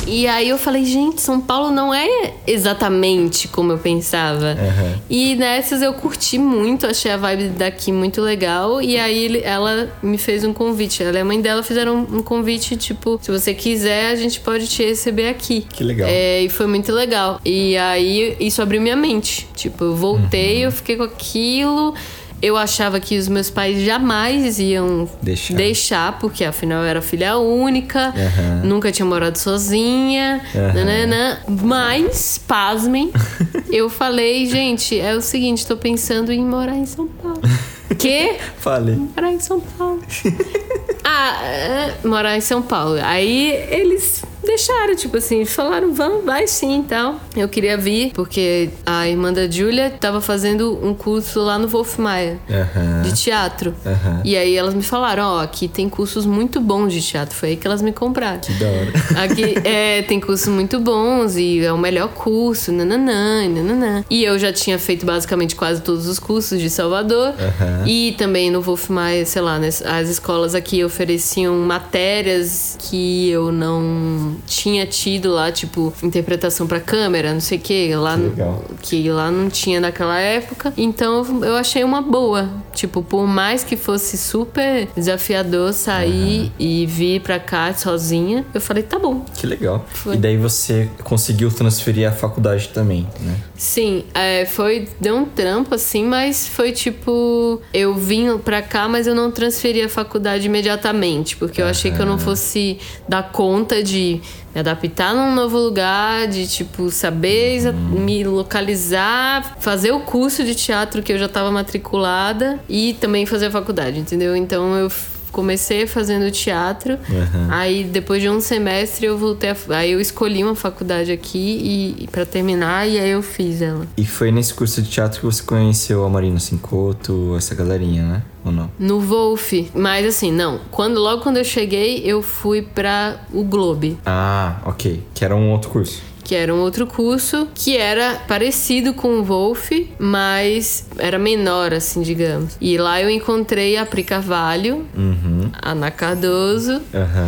E aí eu falei, gente, São Paulo não é exatamente como eu pensava. E nessas eu curti muito, achei a vibe daqui muito legal. E aí ela me fez um convite. Ela e a mãe dela fizeram um convite, tipo, se você quiser, a gente pode te receber aqui. Que legal. E foi muito legal. E aí isso abriu minha mente. Tipo, eu voltei, eu fiquei com aquilo. Eu achava que os meus pais jamais iam deixar, porque afinal eu era filha única, nunca tinha morado sozinha, nananã. Mas, pasmem, eu falei, gente, é o seguinte, tô pensando em morar em São Paulo. Que? Falei. Morar em São Paulo. Morar em São Paulo. Aí eles deixaram, tipo assim, falaram, vamos, vai sim e tal. Eu queria vir, porque a irmã da Júlia tava fazendo um curso lá no Wolf Maia, de teatro. E aí elas me falaram, ó, aqui tem cursos muito bons de teatro. Foi aí que elas me compraram. Que da hora. Aqui tem cursos muito bons e é o melhor curso, nananã. E eu já tinha feito basicamente quase todos os cursos de Salvador. E também no Wolf Maia, sei lá, as escolas aqui ofereciam matérias que eu não tinha tido lá, tipo, interpretação pra câmera, não sei o que lá não tinha naquela época. Então eu achei uma boa. Tipo, por mais que fosse super desafiador sair e vir pra cá sozinha, eu falei, tá bom. Que legal. Foi. E daí você conseguiu transferir a faculdade também, né? Sim, deu um trampo assim, mas foi tipo, eu vim pra cá, mas eu não transferi a faculdade imediatamente, porque eu achei que eu não fosse dar conta de me adaptar num novo lugar, de tipo, saber me localizar, fazer o curso de teatro que eu já tava matriculada e também fazer a faculdade, entendeu? Então eu comecei fazendo teatro, aí depois de um semestre eu voltei aí eu escolhi uma faculdade aqui e para terminar, e aí eu fiz ela. E foi nesse curso de teatro que você conheceu a Marina Cincoto, essa galerinha, né? Ou não? No Wolf, mas assim, não. Logo quando eu cheguei, eu fui para o Globe. Ah, ok. Que era um outro curso. Que era um outro curso que era parecido com o Wolf, mas era menor, assim, digamos. E lá eu encontrei a Pri Carvalho, a Ana Cardoso,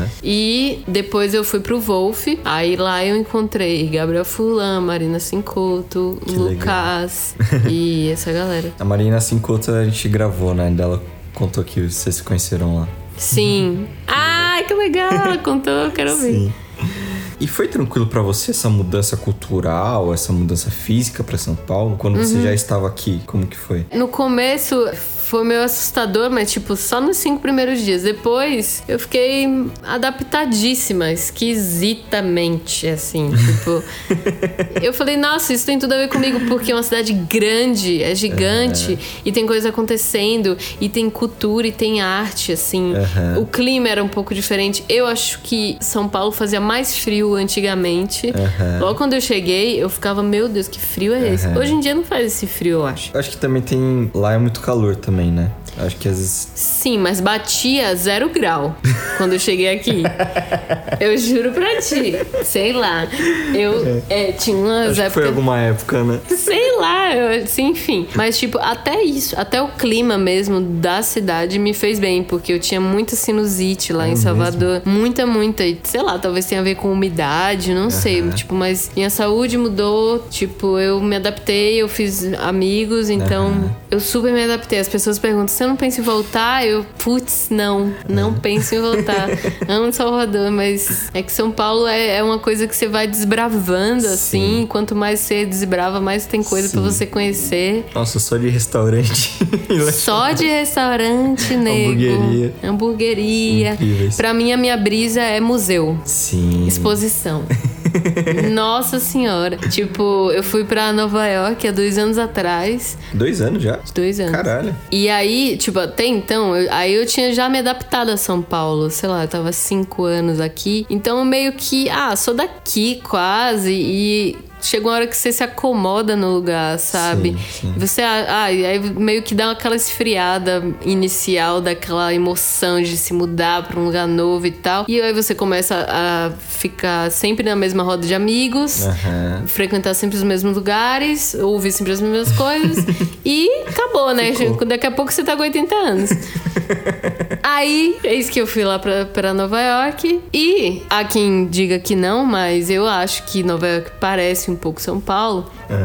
e depois eu fui pro Wolf. Aí lá eu encontrei Gabriel Furlan, Marina Cincoto, Lucas e essa galera. A Marina Cincoto a gente gravou, né? Dela contou que vocês se conheceram lá. Sim. Ai, que legal! Ela contou, eu quero ouvir. Sim. E foi tranquilo pra você essa mudança cultural, essa mudança física pra São Paulo? Quando você já estava aqui, como que foi? No começo foi meio assustador, mas tipo, só nos 5 primeiros dias. Depois eu fiquei adaptadíssima, esquisitamente, assim. Tipo, eu falei, nossa, isso tem tudo a ver comigo, porque é uma cidade grande, é gigante, e tem coisa acontecendo, e tem cultura, e tem arte, assim. O clima era um pouco diferente. Eu acho que São Paulo fazia mais frio antigamente. Logo quando eu cheguei, eu ficava, meu Deus, que frio é esse? Hoje em dia não faz esse frio, eu acho. Eu acho que também tem... Lá é muito calor também, né? Acho que às vezes... Sim, mas batia 0 grau quando eu cheguei aqui. Eu juro pra ti. Sei lá. Eu tinha umas épocas... Foi alguma época, né? Sei lá. Enfim. Mas, tipo, até isso, até o clima mesmo da cidade me fez bem. Porque eu tinha muita sinusite lá em Salvador. Muita. E, sei lá, talvez tenha a ver com umidade, não sei. Tipo, mas minha saúde mudou. Tipo, eu me adaptei, eu fiz amigos. Então, eu super me adaptei. As pessoas perguntam, você não pensa em voltar? Eu, não penso em voltar. Amo Salvador, mas é que São Paulo é uma coisa que você vai desbravando, assim. Quanto mais você desbrava, mais tem coisa pra você conhecer. Nossa, só de restaurante. Só de restaurante, nego. Hamburgueria. Incríveis. Pra mim, a minha brisa é museu. Sim. Exposição. Nossa senhora. Tipo, eu fui pra Nova York há 2 anos atrás. 2 anos já? 2 anos. Caralho. E aí, tipo, até então, aí eu tinha já me adaptado a São Paulo. Sei lá, eu tava 5 anos aqui. Então, meio que, sou daqui quase. E chega uma hora que você se acomoda no lugar, sabe? Sim. Você, aí meio que dá aquela esfriada inicial daquela emoção de se mudar pra um lugar novo e tal. E aí você começa a ficar sempre na mesma roda de amigos, frequentar sempre os mesmos lugares, ouvir sempre as mesmas coisas. E acabou, né? Daqui a pouco você tá com 80 anos. Aí, eis que eu fui lá pra Nova York. E há quem diga que não, mas eu acho que Nova York parece um pouco São Paulo.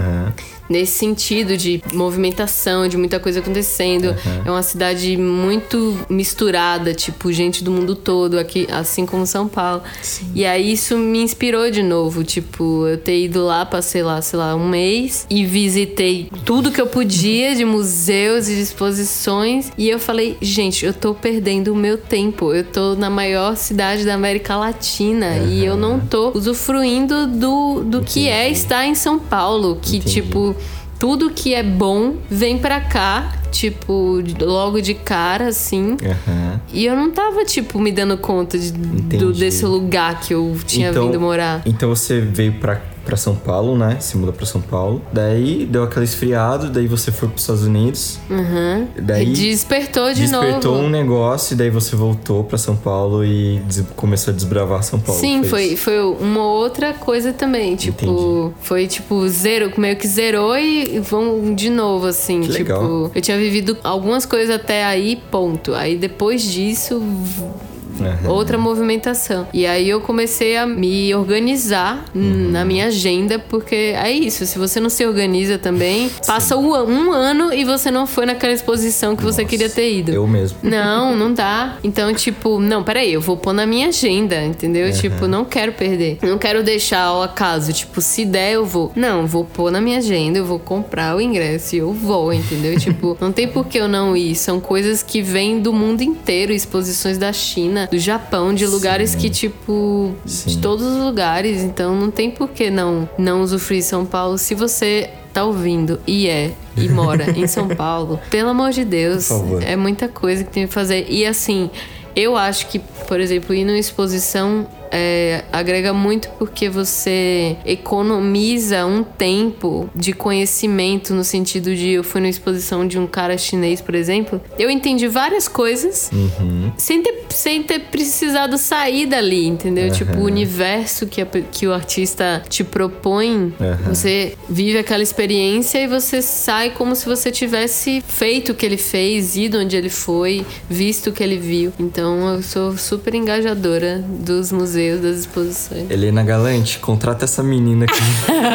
Nesse sentido de movimentação, de muita coisa acontecendo. É uma cidade muito misturada, tipo, gente do mundo todo, aqui, assim como São Paulo. Sim. E aí isso me inspirou de novo. Tipo, eu ter ido lá, passei lá, sei lá, um mês e visitei tudo que eu podia de museus e de exposições. E eu falei, gente, eu tô perdendo o meu tempo. Eu tô na maior cidade da América Latina e eu não tô usufruindo do que é estar em São Paulo. Que, tipo, tudo que é bom vem pra cá, tipo, logo de cara, assim. E eu não tava, tipo, me dando conta desse lugar que eu tinha vindo morar. Então você veio pra São Paulo, né? Se mudou pra São Paulo. Daí deu aquele esfriado, daí você foi pros Estados Unidos. Daí despertou novo. Despertou um negócio e daí você voltou pra São Paulo e começou a desbravar São Paulo. Sim, foi uma outra coisa também. Tipo, foi tipo zero, meio que zerou e vão de novo, assim. Que tipo, legal. eu tinha vivido algumas coisas até aí, ponto. Aí depois disso, outra movimentação. E aí eu comecei a me organizar na minha agenda, porque é isso, se você não se organiza também, passa um ano e você não foi naquela exposição que você queria ter ido. Eu mesmo. Não dá. Então, tipo, não, peraí, eu vou pôr na minha agenda, entendeu? Tipo, não quero perder. Não quero deixar ao acaso, tipo, se der eu vou. Não, vou pôr na minha agenda, eu vou comprar o ingresso e eu vou, entendeu? Tipo, não tem por que eu não ir. São coisas que vêm do mundo inteiro, exposições da China, do Japão, de lugares que, tipo, de todos os lugares. Então não tem por que não usufruir São Paulo. Se você tá ouvindo e mora em São Paulo, pelo amor de Deus, é muita coisa que tem que fazer. E assim, eu acho que, por exemplo, ir numa exposição agrega muito, porque você economiza um tempo de conhecimento, no sentido de, eu fui numa exposição de um cara chinês, por exemplo, eu entendi várias coisas sem ter precisado sair dali, entendeu? Tipo, o universo que o artista te propõe, você vive aquela experiência e você sai como se você tivesse feito o que ele fez, ido onde ele foi, visto o que ele viu. Então eu sou super engajadora dos museus, das exposições. Helena Galante, contrata essa menina aqui.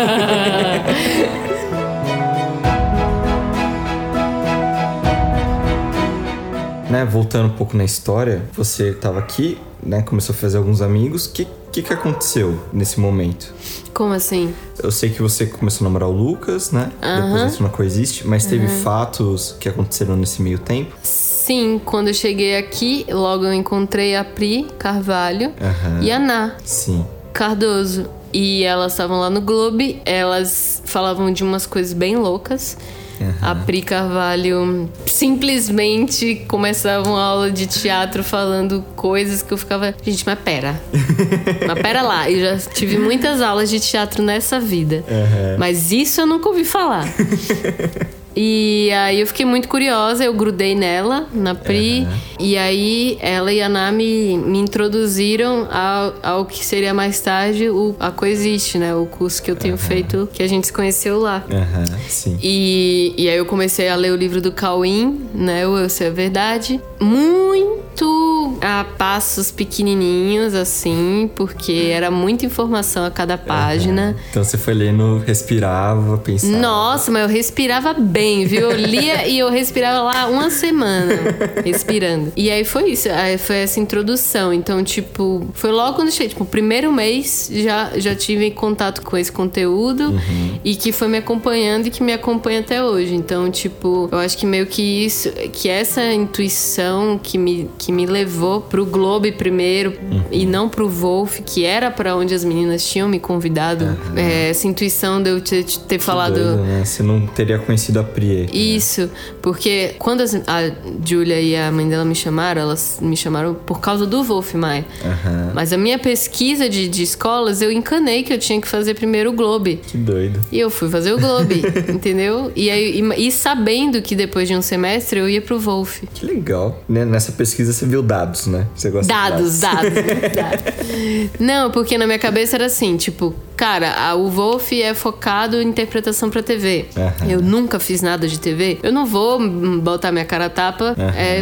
Né, voltando um pouco na história, você estava aqui, né, começou a fazer alguns amigos. O que aconteceu nesse momento? Como assim? Eu sei que você começou a namorar o Lucas, né? Depois isso não coexiste, mas teve fatos que aconteceram nesse meio tempo? Sim, quando eu cheguei aqui, logo eu encontrei a Pri Carvalho e a Ná Cardoso. E elas estavam lá no Globe, elas falavam de umas coisas bem loucas. A Pri Carvalho simplesmente começava uma aula de teatro falando coisas que eu ficava... Gente, mas pera lá. Eu já tive muitas aulas de teatro nessa vida. Mas isso eu nunca ouvi falar. E aí eu fiquei muito curiosa, eu grudei nela, na Pri. E aí ela e a Ná me introduziram ao que seria mais tarde a Coexiste, né? O curso que eu tenho feito, que a gente se conheceu lá. Sim. E aí eu comecei a ler o livro do Cauim, né? O Eu Sei a Verdade. Muito a passos pequenininhos, assim, porque era muita informação a cada página. Então você foi lendo, respirava, pensava... Nossa, mas eu respirava bem, viu? Eu lia e eu respirava lá uma semana, respirando. E aí foi isso, aí foi essa introdução. Então, tipo, foi logo quando eu cheguei, tipo, o primeiro mês já tive contato com esse conteúdo e que foi me acompanhando e que me acompanha até hoje. Então, tipo, eu acho que meio que isso, que essa intuição que me levou pro Globe primeiro e não pro Wolf, que era pra onde as meninas tinham me convidado. Essa intuição de eu ter falado... Doido, né? Você não teria conhecido a Pri. Isso, porque quando a Júlia e a mãe dela me chamaram, elas me chamaram por causa do Wolf Maia. Mas a minha pesquisa de escolas, eu encanei que eu tinha que fazer primeiro o Globe. Que doido. E eu fui fazer o Globe, entendeu? E sabendo que depois de um semestre eu ia pro Wolf. Que legal. Nessa pesquisa você viu dados, né? Você gosta dados. Não, porque na minha cabeça era assim, tipo, cara, o Wolf é focado em interpretação pra TV. Eu nunca fiz nada de TV. Eu não vou botar minha cara a tapa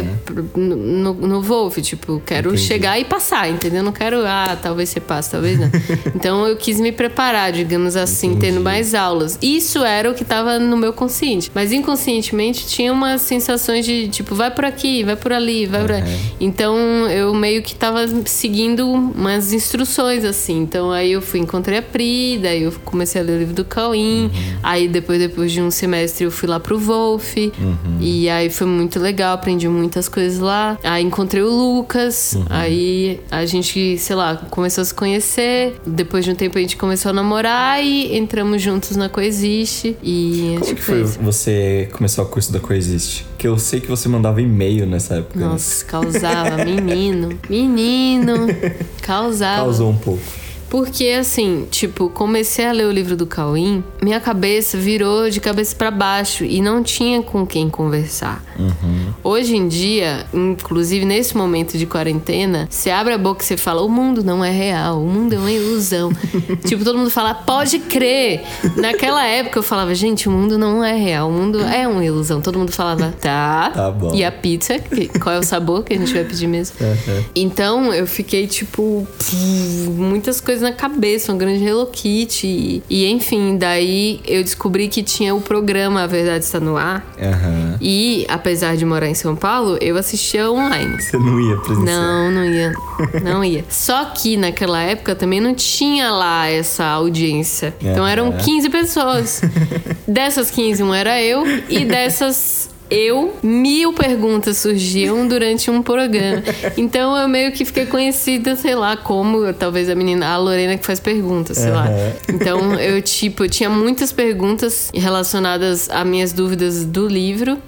no Wolf. Tipo, quero chegar e passar, entendeu? Não quero, talvez você passe, talvez não. Então eu quis me preparar, digamos assim, tendo mais aulas. Isso era o que tava no meu consciente. Mas inconscientemente tinha umas sensações de, tipo, vai por aqui, vai por ali, vai por ali. Então eu meio que tava seguindo umas instruções, assim. Então aí eu encontrei a Pri, daí eu comecei a ler o livro do Cauim. Aí depois de um semestre eu fui lá pro Wolf. E aí foi muito legal, aprendi muitas coisas lá. Aí encontrei o Lucas. Aí a gente, sei lá, começou a se conhecer. Depois de um tempo a gente começou a namorar e entramos juntos na Coexiste. E como que foi você começar o curso da Coexiste? Que eu sei que você mandava e-mail nessa época. Nossa, causava, menino, causava. Causou um pouco. Porque, assim, tipo, comecei a ler o livro do Cauim, minha cabeça virou de cabeça pra baixo e não tinha com quem conversar. Hoje em dia, inclusive nesse momento de quarentena, você abre a boca e você fala, o mundo não é real, o mundo é uma ilusão. Tipo, todo mundo fala, pode crer. Naquela época eu falava, gente, o mundo não é real, o mundo é uma ilusão. Todo mundo falava, tá bom. E a pizza, qual é o sabor que a gente vai pedir mesmo? Então, eu fiquei, tipo, muitas coisas na cabeça, uma grande Hello Kitty. E enfim, daí eu descobri que tinha o programa A Verdade Está No Ar. E, apesar de morar em São Paulo, eu assistia online. Você não ia presenciar? Não ia. Só que naquela época também não tinha lá essa audiência. Então eram 15 pessoas. Dessas 15, um era eu. E dessas 1000 perguntas surgiam durante um programa. Então eu meio que fiquei conhecida, sei lá, como talvez a Lorena que faz perguntas, sei lá. Então eu tinha muitas perguntas relacionadas a minhas dúvidas do livro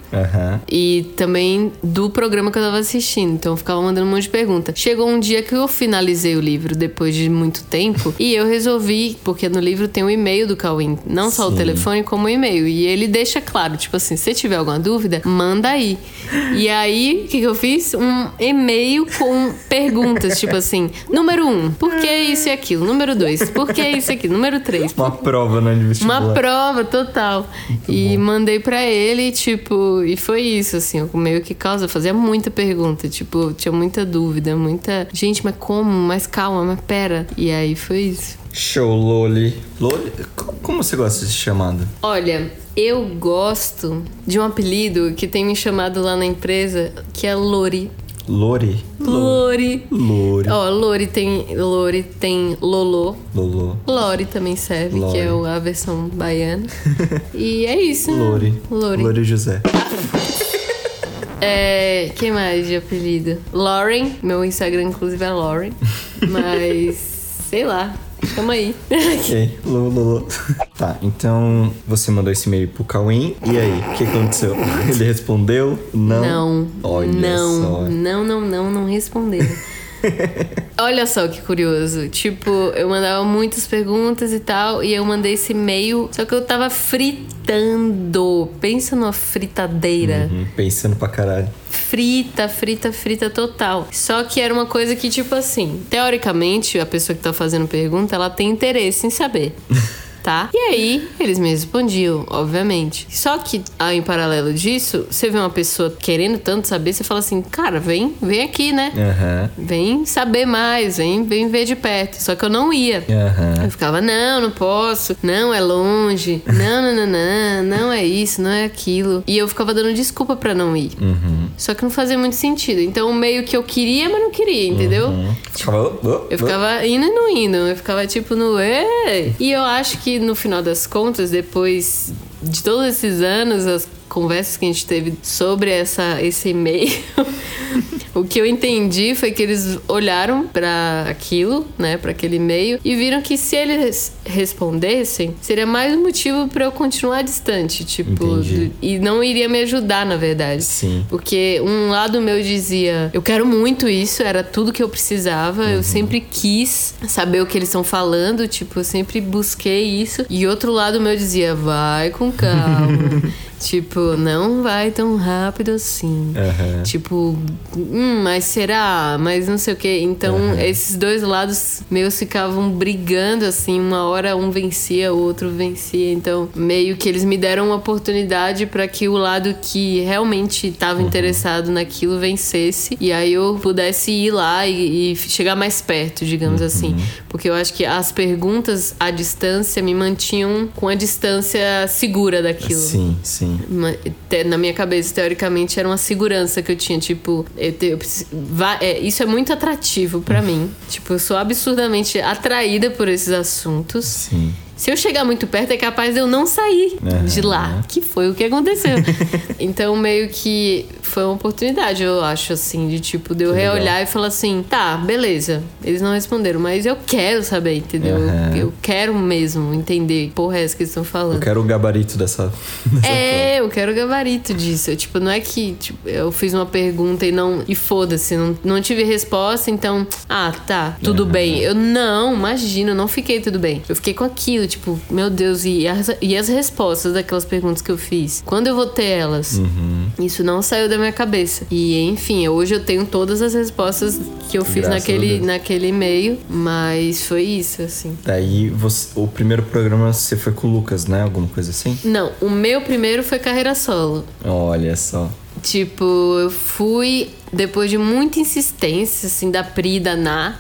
e também do programa que eu tava assistindo. Então eu ficava mandando um monte de pergunta. Chegou um dia que eu finalizei o livro depois de muito tempo e eu resolvi, porque no livro tem o e-mail do Cauim, não só o telefone como o e-mail. E ele deixa claro, tipo assim, se tiver alguma dúvida, manda aí. E aí, o que eu fiz? Um e-mail com perguntas, tipo assim, número 1, por que isso e aquilo? Número 2, por que isso e aquilo? Número 3. Uma prova, né, de vestibular. Uma prova, total. Muito bom. Mandei pra ele, tipo, e foi isso, assim, eu meio que fazia muita pergunta, tipo, tinha muita dúvida, gente, mas como? Mas calma, mas pera. E aí foi isso. Show, Loli. Loli, como você gosta de ser chamada? Olha, eu gosto de um apelido que tem me chamado lá na empresa, que é Lori. Lori? Lori. Ó, Lori tem Lolo. Lori também serve, que é a versão baiana. E é isso, né? Lori José. Quem mais de apelido? Lauren. Meu Instagram, inclusive, é Lauren. Mas, sei lá. Chama aí. Ok, Lolo. Tá, então você mandou esse e-mail pro Cauim. E aí, o que aconteceu? Ele respondeu? Não. Olha só. Não respondeu. Olha só que curioso. Tipo, eu mandava muitas perguntas e tal, e eu mandei esse e-mail, só que eu tava fritando. Pensa numa fritadeira. Pensando pra caralho. Frita total. Só que era uma coisa que, tipo assim, teoricamente, a pessoa que tá fazendo pergunta, ela tem interesse em saber. Tá? E aí, eles me respondiam, obviamente. Só que, em paralelo disso, você vê uma pessoa querendo tanto saber, você fala assim, cara, vem aqui, né? Vem saber mais, vem ver de perto. Só que eu não ia. Eu ficava, não posso. Não, é longe. Não é isso, não é aquilo. E eu ficava dando desculpa pra não ir. Só que não fazia muito sentido. Então, meio que eu queria, mas não queria, entendeu? Eu ficava indo e não indo. Eu ficava tipo no... Ei! E eu acho que no final das contas, depois de todos esses anos, as conversas que a gente teve sobre esse e-mail, o que eu entendi foi que eles olharam pra aquilo, né, pra aquele e-mail, e viram que se eles respondessem, seria mais um motivo pra eu continuar distante, tipo, e não iria me ajudar, na verdade. Sim. Porque um lado meu dizia, eu quero muito isso, era tudo que eu precisava, eu sempre quis saber o que eles estão falando, tipo, eu sempre busquei isso, e outro lado meu dizia, vai com calma. Tipo, não vai tão rápido assim. Tipo, mas será? Mas não sei o quê. Então, esses dois lados meus ficavam brigando, assim. Uma hora um vencia, o outro vencia. Então, meio que eles me deram uma oportunidade pra que o lado que realmente estava interessado naquilo vencesse. E aí eu pudesse ir lá e chegar mais perto, digamos assim. Porque eu acho que as perguntas à distância me mantinham com a distância segura daquilo. Sim. Na minha cabeça, teoricamente, era uma segurança que eu tinha. Tipo, isso é muito atrativo pra mim. Tipo, eu sou absurdamente atraída por esses assuntos. Sim. Se eu chegar muito perto, é capaz de eu não sair de lá. Que foi o que aconteceu. Então, meio que foi uma oportunidade, eu acho, assim, de tipo, de eu reolhar e falar assim, tá, beleza, eles não responderam, mas eu quero saber, entendeu? Eu quero mesmo entender, porra, é essa que eles estão falando. Eu quero o gabarito dessa eu quero o gabarito disso. Tipo, não é que eu fiz uma pergunta e foda-se, não tive resposta, então, tá, tudo bem. Eu não, imagina, eu não fiquei tudo bem. Eu fiquei com aquilo, tipo, meu Deus, e as respostas daquelas perguntas que eu fiz? Quando eu vou ter elas? Isso não saiu da minha cabeça. E, enfim, hoje eu tenho todas as respostas que eu fiz naquele e-mail, mas foi isso, assim. Daí, o primeiro programa você foi com o Lucas, né? Alguma coisa assim? Não, o meu primeiro foi carreira solo. Olha só. Tipo, eu fui depois de muita insistência, assim, da Pri e da Ná.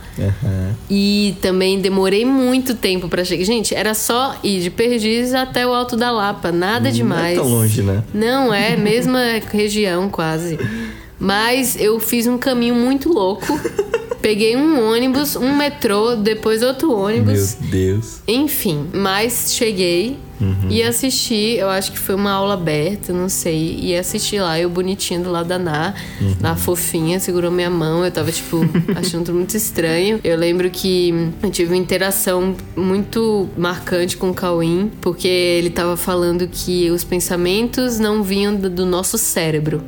E também demorei muito tempo pra chegar. Gente, era só ir de Perdiz até o Alto da Lapa. Nada demais. Não é tão longe, né? Não, é mesma região, quase. Mas eu fiz um caminho muito louco. Peguei um ônibus, um metrô, depois outro ônibus. Meu Deus. Enfim, mas cheguei e assisti, eu acho que foi uma aula aberta, não sei. E assisti lá, eu bonitinha do lado da Ná, lá fofinha, segurou minha mão. Eu tava, tipo, achando tudo muito estranho. Eu lembro que eu tive uma interação muito marcante com o Cauim, porque ele tava falando que os pensamentos não vinham do nosso cérebro.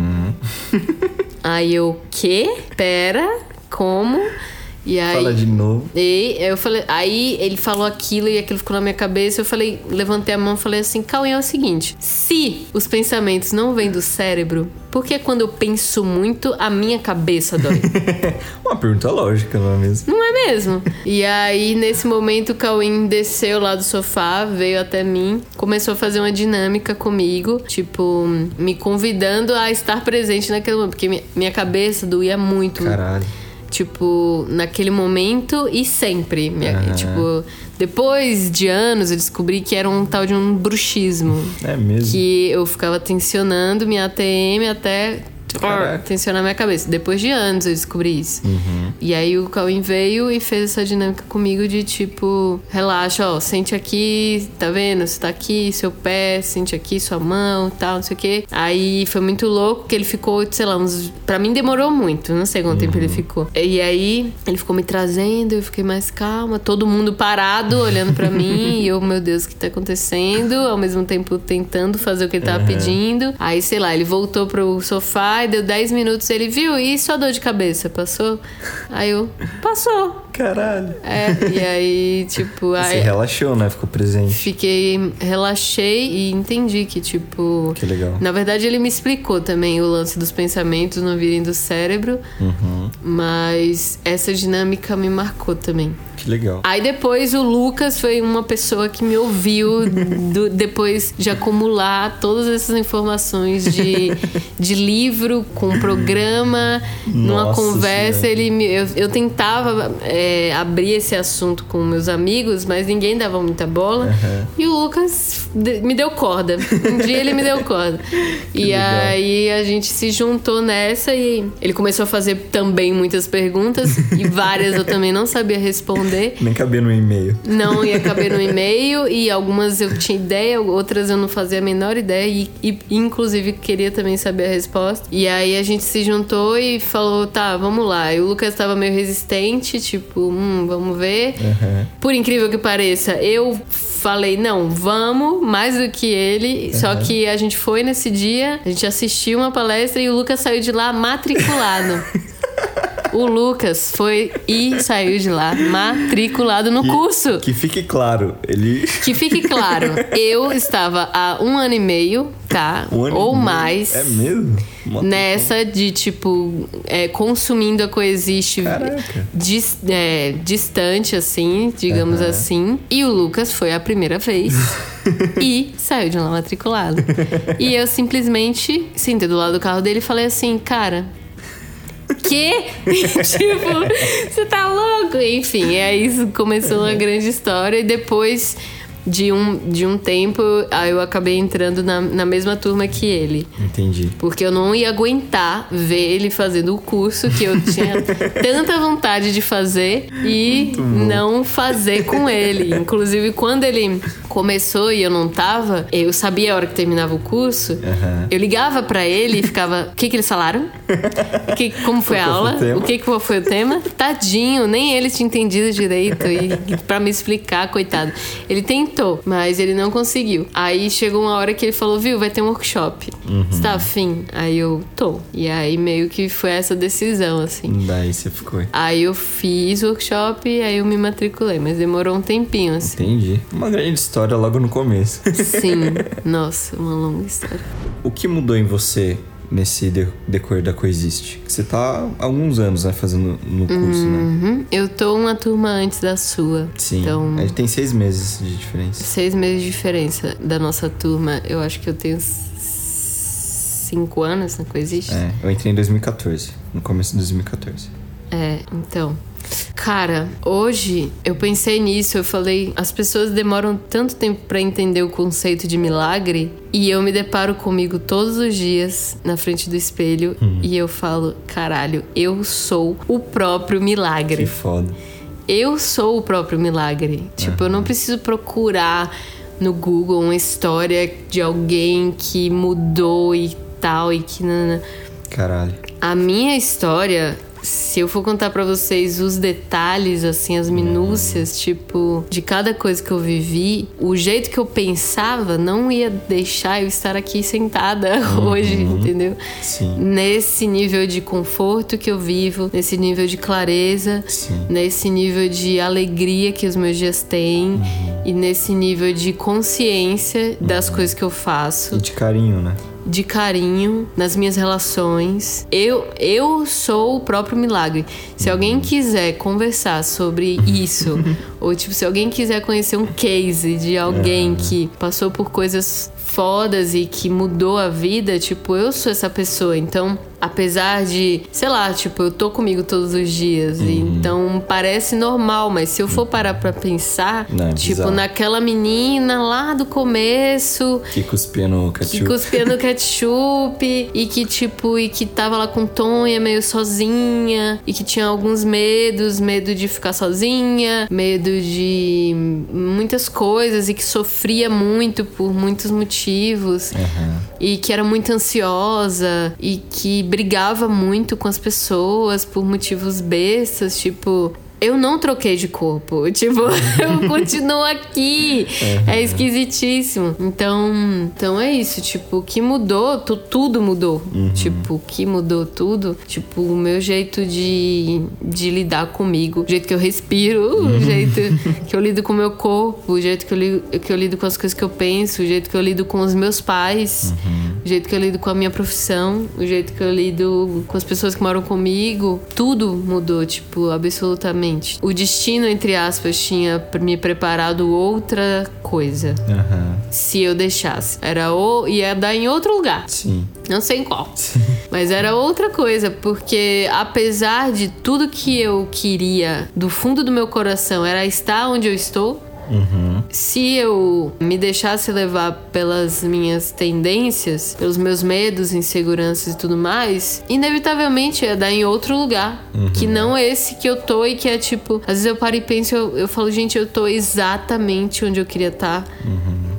Aí eu, quê? Pera... Como? E aí, fala de novo. E eu falei, aí ele falou aquilo e aquilo ficou na minha cabeça. Eu falei, levantei a mão e falei assim, Cauê, é o seguinte: se os pensamentos não vêm do cérebro, por que quando eu penso muito, a minha cabeça dói? Uma pergunta lógica, não é mesmo? Não é mesmo? E aí, nesse momento, o Cauê desceu lá do sofá, veio até mim, começou a fazer uma dinâmica comigo, tipo, me convidando a estar presente naquele momento, porque minha cabeça doía muito. Caralho. Tipo, naquele momento e sempre. Tipo, depois de anos eu descobri que era um tal de um bruxismo. É mesmo? Que eu ficava tensionando minha ATM até tensionar minha cabeça. Depois de anos eu descobri isso. E aí o Cauim veio e fez essa dinâmica comigo de tipo, relaxa, ó, sente aqui, tá vendo? Você tá aqui, seu pé, sente aqui, sua mão, tal, não sei o quê. Aí foi muito louco que ele ficou, sei lá, pra mim demorou muito, não sei quanto tempo ele ficou. E aí ele ficou me trazendo, eu fiquei mais calma, todo mundo parado, olhando pra mim, e eu, meu Deus, o que tá acontecendo? Ao mesmo tempo tentando fazer o que ele tava pedindo. Aí, sei lá, ele voltou pro sofá, deu 10 minutos, ele viu, e sua dor de cabeça, passou? Aí eu, passou. Caralho. E aí, tipo... Você relaxou, né? Ficou presente. Relaxei e entendi que, tipo... Que legal. Na verdade, ele me explicou também o lance dos pensamentos não virem do cérebro. Mas essa dinâmica me marcou também. Que legal. Aí depois o Lucas foi uma pessoa que me ouviu depois de acumular todas essas informações de livro com programa, numa conversa. Eu tentava abrir esse assunto com meus amigos, mas ninguém dava muita bola. E o Lucas me deu corda. Um dia ele me deu corda. E aí a gente se juntou nessa e ele começou a fazer também muitas perguntas e várias eu também não sabia responder. Nem cabia no e-mail. Não ia caber no e-mail e algumas eu tinha ideia, outras eu não fazia a menor ideia e inclusive queria também saber a resposta. E aí a gente se juntou e falou, tá, vamos lá. E o Lucas estava meio resistente, tipo, vamos ver. Por incrível que pareça, eu falei, não, vamos, mais do que ele. Só que a gente foi nesse dia, a gente assistiu uma palestra e o Lucas saiu de lá matriculado. O Lucas foi e saiu de lá matriculado no curso. Que fique claro, ele... Que fique claro, eu estava há 1 ano e meio, tá? Ou mais. É mesmo? Nessa de, tipo, consumindo a Coexiste distante, assim, digamos assim. E o Lucas foi a primeira vez e saiu de lá matriculado. E eu simplesmente sentei do lado do carro dele e falei assim, cara... Que? Tipo, você tá louco? Enfim, e aí começou uma grande história. E depois de um tempo, aí eu acabei entrando na mesma turma que ele. Entendi. Porque eu não ia aguentar ver ele fazendo o curso que eu tinha tanta vontade de fazer e não fazer com ele. Inclusive, quando ele começou e eu não tava, eu sabia a hora que terminava o curso, eu ligava pra ele e ficava, o que eles falaram? Como foi a aula? O que foi o tema? Tadinho, nem ele tinha entendido direito e pra me explicar, coitado. Ele tentou, mas ele não conseguiu. Aí chegou uma hora que ele falou, viu, vai ter um workshop. Você tá afim? Aí eu, tô. E aí meio que foi essa decisão, assim. Daí você ficou. Aí eu fiz o workshop e aí eu me matriculei, mas demorou um tempinho, assim. Entendi. Uma grande história logo no começo. Sim. Nossa, uma longa história. O que mudou em você nesse decorrer da Coexiste? Você tá há alguns anos, né, fazendo no curso, né? Eu tô uma turma antes da sua. Sim. Então, a gente tem 6 meses de diferença. 6 meses de diferença da nossa turma. Eu acho que eu tenho 5 anos na Coexiste. Eu entrei em 2014, no começo de 2014. Então... Cara, hoje eu pensei nisso, eu falei, as pessoas demoram tanto tempo pra entender o conceito de milagre e eu me deparo comigo todos os dias na frente do espelho e eu falo, caralho, eu sou o próprio milagre. Que foda. Eu sou o próprio milagre. Tipo, eu não preciso procurar no Google uma história de alguém que mudou e tal e que... Caralho. A minha história... Se eu for contar pra vocês os detalhes, assim, as minúcias, tipo, de cada coisa que eu vivi, o jeito que eu pensava não ia deixar eu estar aqui sentada hoje, entendeu? Sim. Nesse nível de conforto que eu vivo, nesse nível de clareza, nesse nível de alegria que os meus dias têm e nesse nível de consciência das coisas que eu faço. E de carinho, né? De carinho nas minhas relações. Eu sou o próprio milagre. Se alguém quiser conversar sobre isso, ou tipo, se alguém quiser conhecer um case de alguém que passou por coisas fodas e que mudou a vida, tipo, eu sou essa pessoa. Então, apesar de, sei lá, tipo, eu tô comigo todos os dias, então parece normal, mas se eu for parar pra pensar, tipo, bizarro. Naquela menina lá do começo que cuspia no ketchup e que, tipo, e que tava lá com Tonha meio sozinha e que tinha alguns medo de ficar sozinha, medo de muitas coisas e que sofria muito por muitos motivos e que era muito ansiosa e que brigava muito com as pessoas por motivos bestas, tipo... Eu não troquei de corpo, tipo, eu continuo aqui. É esquisitíssimo. Então é isso, tipo, o que mudou, tudo mudou. Tipo, o que mudou tudo, tipo, o meu jeito de lidar comigo, o jeito que eu respiro, o jeito que eu lido com o meu corpo, o jeito que eu lido com as coisas que eu penso, o jeito que eu lido com os meus pais, o jeito que eu lido com a minha profissão, o jeito que eu lido com as pessoas que moram comigo. Tudo mudou, tipo, absolutamente. O destino, entre aspas, tinha me preparado outra coisa. Se eu deixasse. Ia dar em outro lugar. Sim. Não sei em qual. Mas era outra coisa, porque apesar de tudo que eu queria, do fundo do meu coração, era estar onde eu estou. Se eu me deixasse levar pelas minhas tendências, pelos meus medos, inseguranças e tudo mais, inevitavelmente ia dar em outro lugar, que não esse que eu tô e que é tipo, às vezes eu paro e penso, eu falo, gente, eu tô exatamente onde eu queria estar.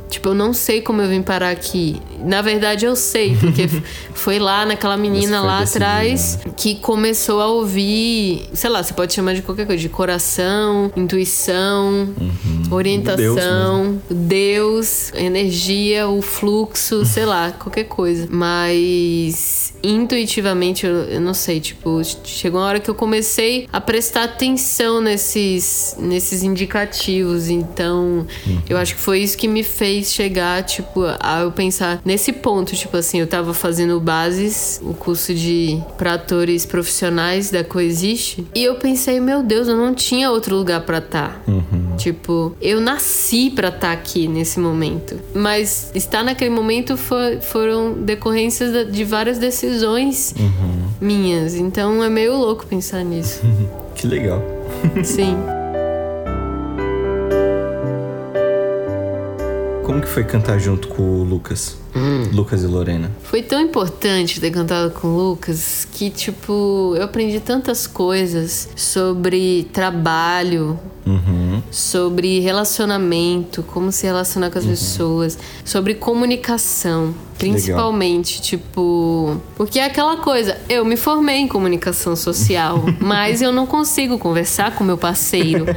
Tipo, eu não sei como eu vim parar aqui. Na verdade, eu sei, porque foi lá naquela menina lá atrás que começou a ouvir, sei lá, você pode chamar de qualquer coisa, de coração, intuição, orientação, Deus, energia, o fluxo, sei lá, qualquer coisa. Mas intuitivamente, eu não sei, tipo, chegou uma hora que eu comecei a prestar atenção nesses indicativos. Então, eu acho que foi isso que me fez chegar, tipo, a eu pensar nesse ponto, tipo assim, eu tava fazendo bases, o curso pra atores profissionais da Coexiste, e eu pensei, meu Deus, eu não tinha outro lugar pra estar. Tipo, eu nasci pra estar aqui nesse momento. Mas estar naquele momento foram decorrências de várias decisões minhas. Então é meio louco pensar nisso. Que legal. Sim. Como que foi cantar junto com o Lucas? Lucas e Lorena. Foi tão importante ter cantado com o Lucas que, tipo, eu aprendi tantas coisas sobre trabalho, sobre relacionamento, como se relacionar com as pessoas, sobre comunicação, principalmente, tipo... Porque é aquela coisa, eu me formei em comunicação social, mas eu não consigo conversar com meu parceiro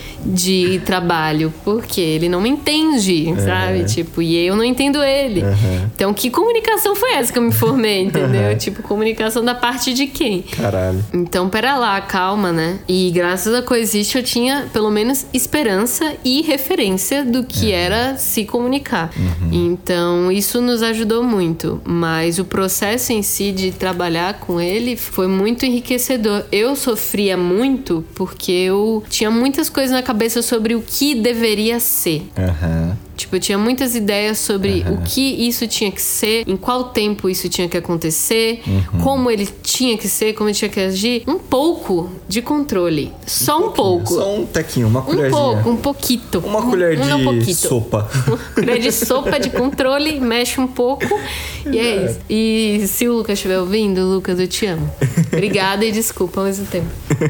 de trabalho, porque ele não me entende, sabe? Tipo, e eu não entendo ele. Então, que comunicação foi essa que eu me formei, entendeu? Tipo, comunicação da parte de quem? Caralho. Então, pera lá, calma, né? E graças a Coexiste eu tinha, pelo menos, esperança e referência do que era se comunicar. Então, isso nos ajudou muito. Mas o processo em si de trabalhar com ele foi muito enriquecedor. Eu sofria muito porque eu tinha muitas coisas na cabeça sobre o que deveria ser. Tipo, eu tinha muitas ideias sobre o que isso tinha que ser, em qual tempo isso tinha que acontecer, como ele tinha que ser, como ele tinha que agir. Um pouco de controle. Só um pouco. Só um tequinho, uma colherzinha. Um pouco, um pouquito. Uma colher de sopa. Uma colher de sopa de controle, mexe um pouco e é isso. E se o Lucas estiver ouvindo, Lucas, eu te amo. Obrigada e desculpa ao mesmo tempo.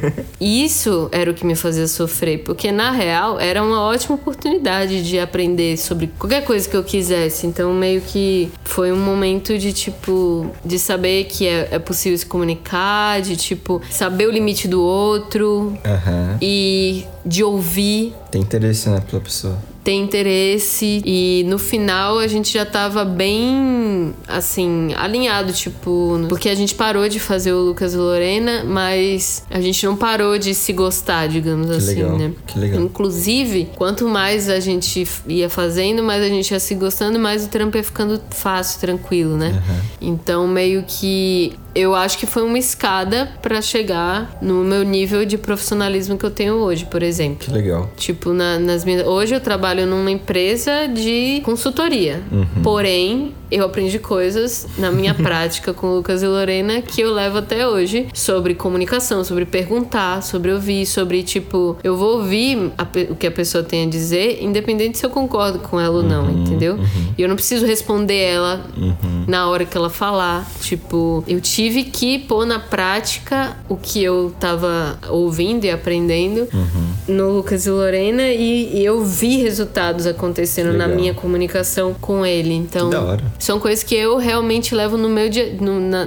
Isso era o que me fazia sofrer, porque na real era uma ótima oportunidade de aprender sobre qualquer coisa que eu quisesse. Então meio que foi um momento de tipo, de saber que é possível se comunicar, de tipo, saber o limite do outro e de ouvir. Tem interesse, né, pela pessoa. Tem interesse, e no final a gente já tava bem, assim, alinhado, tipo... Porque a gente parou de fazer o Lucas e Lorena, mas a gente não parou de se gostar, digamos assim, né? Que legal. Inclusive, quanto mais a gente ia fazendo, mais a gente ia se gostando, mais o trampo ia ficando fácil, tranquilo, né? Então, meio que... Eu acho que foi uma escada pra chegar no meu nível de profissionalismo que eu tenho hoje, por exemplo. Que legal. Tipo, hoje eu trabalho numa empresa de consultoria. Porém, eu aprendi coisas na minha prática com o Lucas e Lorena que eu levo até hoje sobre comunicação, sobre perguntar, sobre ouvir, sobre, tipo... Eu vou ouvir o que a pessoa tem a dizer, independente se eu concordo com ela ou não, entendeu? E eu não preciso responder ela na hora que ela falar. Tipo, eu tive que pôr na prática o que eu tava ouvindo e aprendendo no Lucas e Lorena, e eu vi resultados acontecendo na minha comunicação com ele. Então, da hora. São coisas que eu realmente levo no meu dia,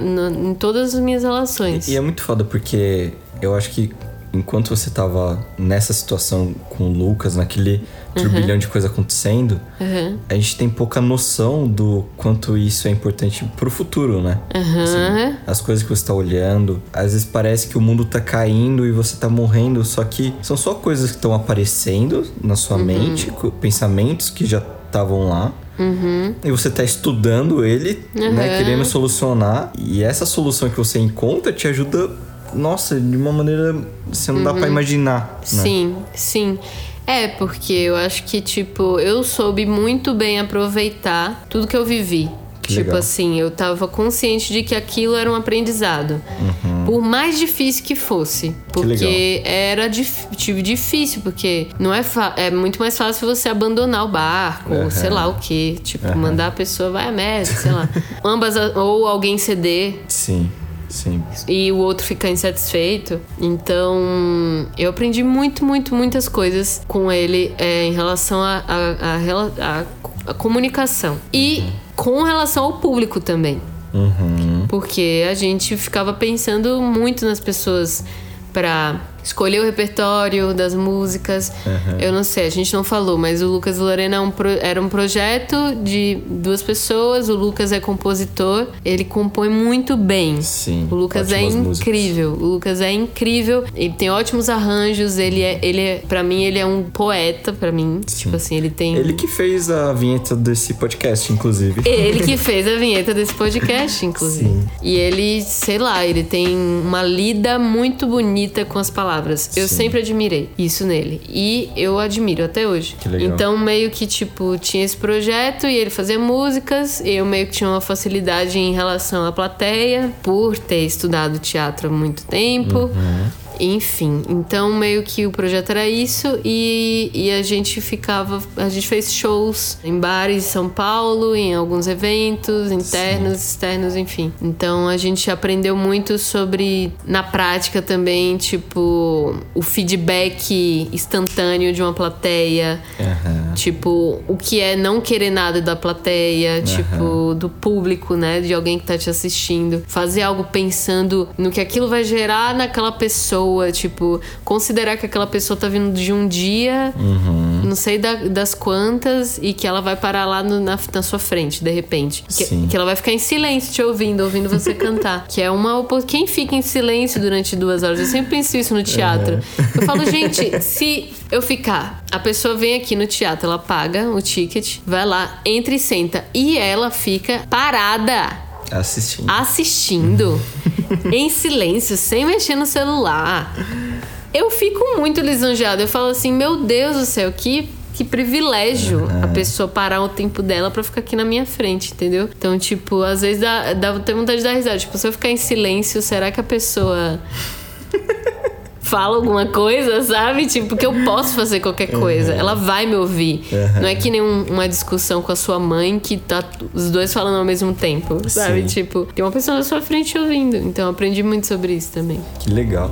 em todas as minhas relações. E é muito foda porque eu acho que enquanto você tava nessa situação com o Lucas, naquele turbilhão de coisa acontecendo, a gente tem pouca noção do quanto isso é importante pro futuro, né? Assim, as coisas que você tá olhando, às vezes parece que o mundo tá caindo e você tá morrendo, só que são só coisas que estão aparecendo na sua mente, pensamentos que já estavam lá. E você tá estudando ele, né? Querendo solucionar. E essa solução que você encontra te ajuda, nossa, de uma maneira que você não dá pra imaginar, né? Sim, sim. É, porque eu acho que, tipo, eu soube muito bem aproveitar tudo que eu vivi. Tipo assim, eu tava consciente de que aquilo era um aprendizado. Por mais difícil que fosse. Porque era difícil, porque não é muito mais fácil você abandonar o barco, ou sei lá o quê. Tipo, mandar a pessoa vai a merda, sei lá. Ou alguém ceder. Sim. E o outro ficar insatisfeito. Então, eu aprendi muitas coisas com ele em relação a a comunicação. E com relação ao público também. Porque a gente ficava pensando muito nas pessoas pra escolher o repertório das músicas. Eu não sei, a gente não falou, mas o Lucas e Lorena era um projeto de 2 pessoas. O Lucas é compositor, ele compõe muito bem. Sim, o Lucas é incrível. Músicas. O Lucas é incrível, ele tem ótimos arranjos, ele é para mim, ele é um poeta pra mim. Sim. Tipo assim, ele tem... Ele que fez a vinheta desse podcast, inclusive. Ele que fez a vinheta desse podcast, inclusive. Sim. E ele, sei lá, ele tem uma lida muito bonita com as palavras. Eu sempre admirei isso nele. E eu admiro até hoje. Que legal. Então, meio que, tipo, tinha esse projeto e ele fazia músicas. E eu meio que tinha uma facilidade em relação à plateia, por ter estudado teatro há muito tempo. Enfim, então meio que o projeto era isso e a gente fez shows em bares em São Paulo, em alguns eventos internos, externos, enfim. Então a gente aprendeu muito sobre, na prática também, tipo, o feedback instantâneo de uma plateia. Tipo, o que é não querer nada da plateia, tipo, do público, né, de alguém que tá te assistindo. Fazer algo pensando no que aquilo vai gerar naquela pessoa. Tipo, considerar que aquela pessoa tá vindo de um dia, não sei das quantas, e que ela vai parar lá na sua frente, de repente. Que ela vai ficar em silêncio te ouvindo você cantar. Que é uma... Quem fica em silêncio durante 2 horas? Eu sempre penso isso no teatro. Eu falo, gente, se eu ficar... A pessoa vem aqui no teatro, ela paga o ticket, vai lá, entra e senta. E ela fica parada... Assistindo em silêncio, sem mexer no celular. Eu fico muito lisonjeada. Eu falo assim, meu Deus do céu, que privilégio a pessoa parar o tempo dela pra ficar aqui na minha frente, entendeu? Então, tipo, às vezes dá vontade de dar risada. Tipo, se eu ficar em silêncio, será que a pessoa... fala alguma coisa, sabe? Tipo, que eu posso fazer qualquer coisa. Ela vai me ouvir. Não é que nem uma discussão com a sua mãe que tá os dois falando ao mesmo tempo, sabe? Tipo, tem uma pessoa na sua frente ouvindo. Então eu aprendi muito sobre isso também. Que legal.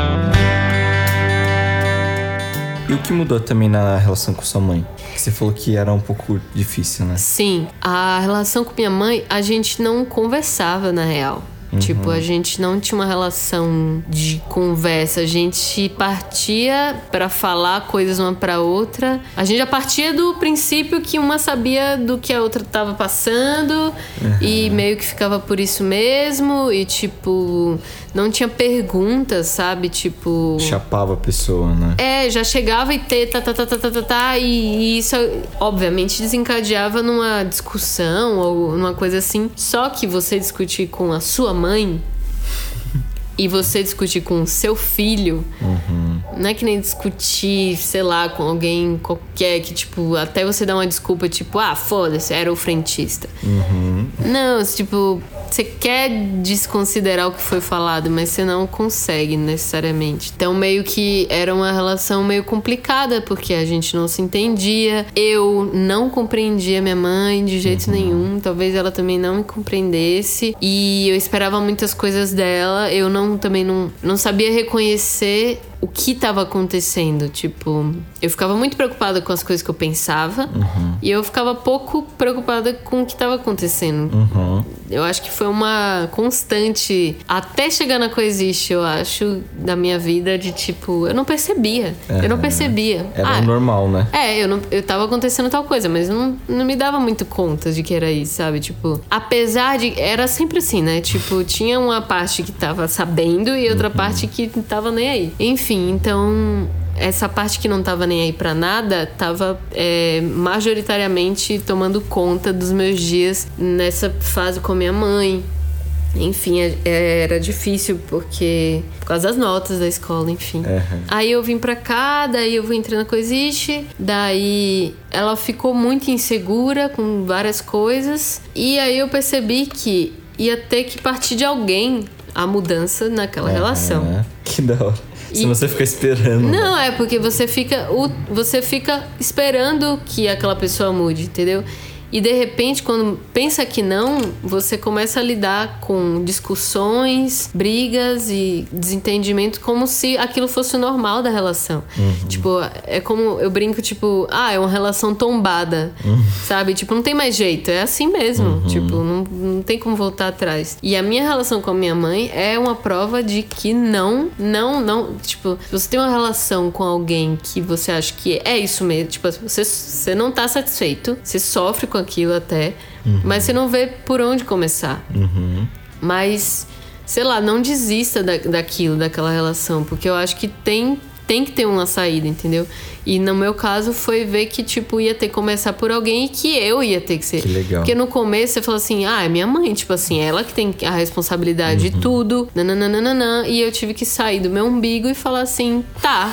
E o que mudou também na relação com sua mãe? Você falou que era um pouco difícil, né? Sim. A relação com minha mãe, a gente não conversava, na real. Tipo, a gente não tinha uma relação de conversa. A gente partia pra falar coisas uma pra outra. A gente já partia do princípio que uma sabia do que a outra tava passando. E meio que ficava por isso mesmo. E, tipo, não tinha perguntas, sabe? Tipo... chapava a pessoa, né? Já chegava e e isso, obviamente, desencadeava numa discussão ou numa coisa assim. Só que você discutir com a sua mãe e você discutir com o seu filho, não é que nem discutir, sei lá, com alguém qualquer que, tipo, até você dá uma desculpa, tipo, foda-se, era o frentista. Não, tipo, você quer desconsiderar o que foi falado, mas você não consegue necessariamente. Então, meio que era uma relação meio complicada, porque a gente não se entendia. Eu não compreendia minha mãe de jeito nenhum. Talvez ela também não me compreendesse. E eu esperava muitas coisas dela. Eu também não sabia reconhecer o que estava acontecendo. Tipo, eu ficava muito preocupada com as coisas que eu pensava e eu ficava pouco preocupada com o que estava acontecendo. Eu acho que foi uma constante até chegar na Coexiste, eu acho, da minha vida, de tipo, eu não percebia. Eu não percebia. Era normal, né? Eu tava acontecendo tal coisa, mas não me dava muito conta de que era isso, sabe? Tipo, apesar de... Era sempre assim, né? Tipo, tinha uma parte que tava sabendo e outra parte que não tava nem aí. Enfim, então... Essa parte que não tava nem aí pra nada tava majoritariamente tomando conta dos meus dias nessa fase com a minha mãe. Enfim, era difícil porque... Por causa das notas da escola, enfim. Aí eu vim pra cá, daí eu entrei na Coexiste. Daí ela ficou muito insegura com várias coisas. E aí eu percebi que ia ter que partir de alguém a mudança naquela relação. Que da hora. Se você fica esperando. Não, porque você fica esperando que aquela pessoa mude, entendeu? E de repente, quando pensa que não, você começa a lidar com discussões, brigas e desentendimento como se aquilo fosse o normal da relação. Tipo, é como eu brinco, tipo, é uma relação tombada, sabe? Tipo, não tem mais jeito, é assim mesmo. Tipo, não tem como voltar atrás. E a minha relação com a minha mãe é uma prova de que não. Tipo, se você tem uma relação com alguém que você acha que é isso mesmo, tipo, você não tá satisfeito, você sofre com aquilo até, mas você não vê por onde começar. Mas, sei lá, não desista daquela relação, porque eu acho que tem que ter uma saída, entendeu? E no meu caso foi ver que, tipo, ia ter que começar por alguém e que eu ia ter que ser. Que legal. Porque no começo você fala assim, é minha mãe, tipo assim, ela que tem a responsabilidade de tudo, nananana, e eu tive que sair do meu umbigo e falar assim,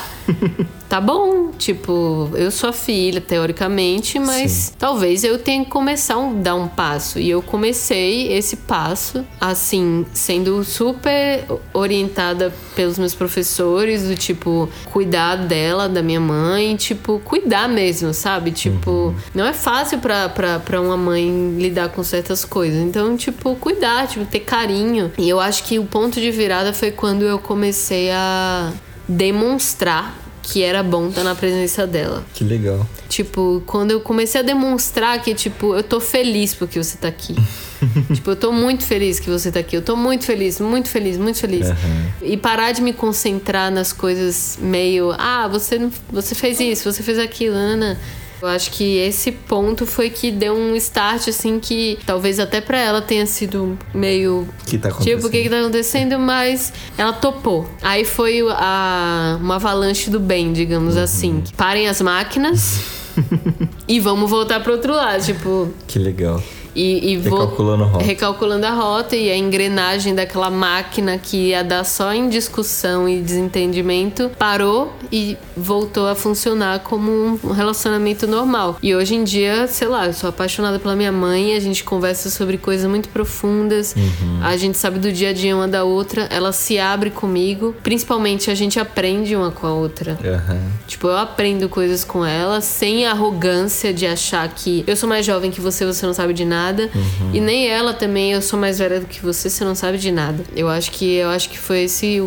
tá bom, tipo, eu sou a filha, teoricamente, mas talvez eu tenha que começar a dar um passo. E eu comecei esse passo, assim, sendo super orientada pelos meus professores, do tipo, cuidar dela, da minha mãe, tipo, cuidar mesmo, sabe? Tipo, não é fácil pra uma mãe lidar com certas coisas. Então, tipo, cuidar, tipo, ter carinho. E eu acho que o ponto de virada foi quando eu comecei a demonstrar que era bom estar na presença dela. Que legal. Tipo, quando eu comecei a demonstrar que, tipo, eu tô feliz porque você tá aqui. Tipo, eu tô muito feliz que você tá aqui. Eu tô muito feliz, muito feliz, muito feliz. E parar de me concentrar nas coisas meio... você fez isso, você fez aquilo, Eu acho que esse ponto foi que deu um start, assim, que talvez até pra ela tenha sido meio... Que tá acontecendo? Tipo, o que tá acontecendo? Mas ela topou. Aí foi uma avalanche do bem, digamos assim. Parem as máquinas e vamos voltar pro outro lado, tipo... Que legal. E recalculando a rota. Recalculando a rota e a engrenagem daquela máquina que ia dar só em discussão e desentendimento parou e voltou a funcionar como um relacionamento normal. E hoje em dia, sei lá, eu sou apaixonada pela minha mãe, a gente conversa sobre coisas muito profundas, a gente sabe do dia a dia uma da outra, ela se abre comigo, principalmente a gente aprende uma com a outra. Tipo, eu aprendo coisas com ela sem arrogância de achar que eu sou mais jovem que você não sabe de nada. E nem ela também, eu sou mais velha do que você não sabe de nada. Eu acho que foi esse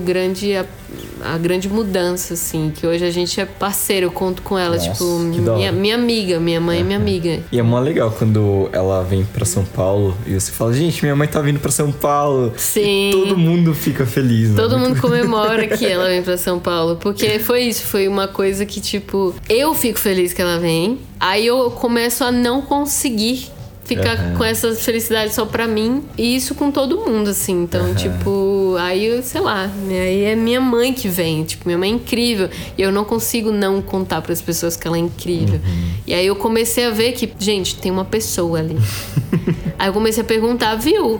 a grande mudança, assim, que hoje a gente é parceiro, eu conto com ela. Nossa, tipo, minha amiga, minha mãe é minha amiga. E é mó legal quando ela vem pra São Paulo e você fala, gente, minha mãe tá vindo pra São Paulo. Sim. E todo mundo fica feliz, né? Todo mundo comemora que ela vem pra São Paulo. Porque foi isso, foi uma coisa que, tipo, eu fico feliz que ela vem, aí eu começo a não conseguir ficar com essa felicidade só pra mim. E isso com todo mundo, assim. Então, tipo, aí, sei lá, aí é minha mãe que vem. Tipo, minha mãe é incrível. E eu não consigo não contar pras pessoas que ela é incrível. E aí eu comecei a ver que, gente, tem uma pessoa ali. Aí eu comecei a perguntar, viu?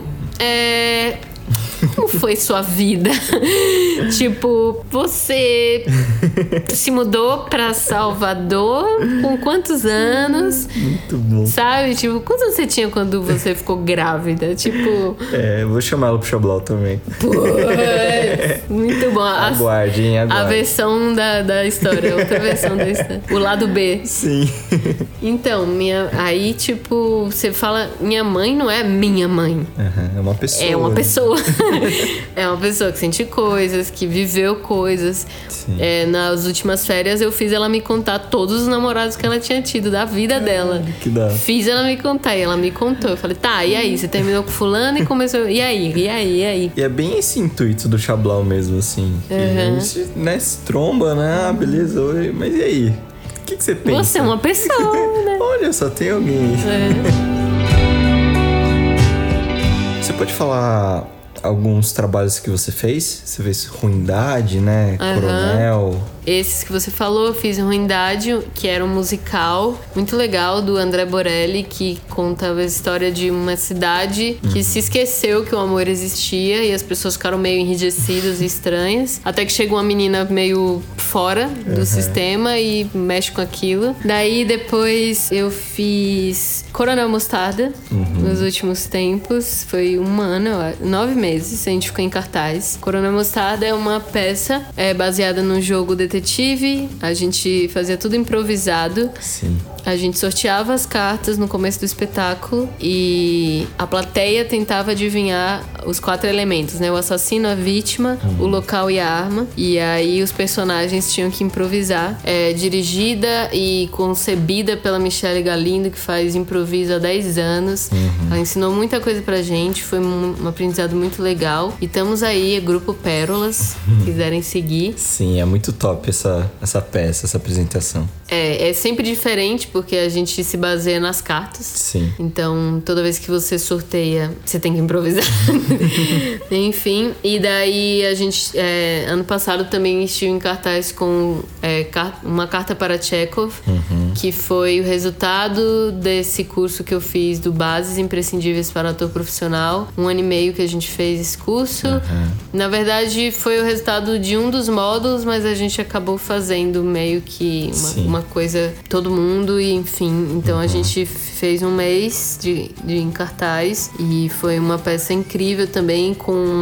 Como foi sua vida? Tipo, você se mudou pra Salvador com quantos anos? Muito bom. Sabe? Tipo, quantos anos você tinha quando você ficou grávida? Tipo... eu vou chamar ela pro Xablau também. Muito bom. Aguardem. A versão da história, outra versão da história. O lado B. Sim. Então, aí, tipo, você fala, minha mãe não é minha mãe. É uma pessoa. É uma pessoa. É uma pessoa que sente coisas, que viveu coisas. Nas últimas férias eu fiz ela me contar todos os namorados que ela tinha tido da vida dela. Que dá. Fiz ela me contar e ela me contou. Eu falei, tá, e aí? Você terminou com fulano e começou... E aí? E é bem esse intuito do Xablau mesmo, assim. Que a gente, né, se tromba, né? Beleza, oi. Mas e aí? O que você pensa? Você é uma pessoa, né? Olha, só tem alguém. Você pode falar alguns trabalhos que você fez? Você fez Ruindade, né? Coronel. Esses que você falou, eu fiz Ruindade, que era um musical muito legal do André Borelli, que contava a história de uma cidade que se esqueceu que o amor existia e as pessoas ficaram meio enrijecidas e estranhas. Até que chega uma menina meio fora do sistema e mexe com aquilo. Daí depois eu fiz Coronel Mostarda nos últimos tempos. Foi 1 ano, 9 meses, a gente ficou em cartaz. Coronel Mostarda é uma peça baseada no jogo Detetive. A gente fazia tudo improvisado. Sim. A gente sorteava as cartas no começo do espetáculo e a plateia tentava adivinhar os 4 elementos, né? O assassino, a vítima, o local e a arma. E aí os personagens tinham que improvisar. Dirigida e concebida pela Michelle Galindo, que faz improviso há 10 anos. Ela ensinou muita coisa pra gente, foi um aprendizado muito legal. E estamos aí, Grupo Pérolas, se quiserem seguir. Sim, é muito top essa peça, essa apresentação. É sempre diferente, porque a gente se baseia nas cartas. Sim. Então, toda vez que você sorteia, você tem que improvisar. Enfim, e daí a gente, ano passado também estive em cartaz com uma carta para Chekhov, que foi o resultado desse curso que eu fiz do Bases Imprescindíveis para Ator Profissional. 1 ano e meio que a gente fez esse curso. Na verdade, foi o resultado de um dos módulos, mas a gente acabou fazendo meio que uma coisa, todo mundo, e enfim. Então a gente fez 1 mês em cartaz e foi uma peça incrível também,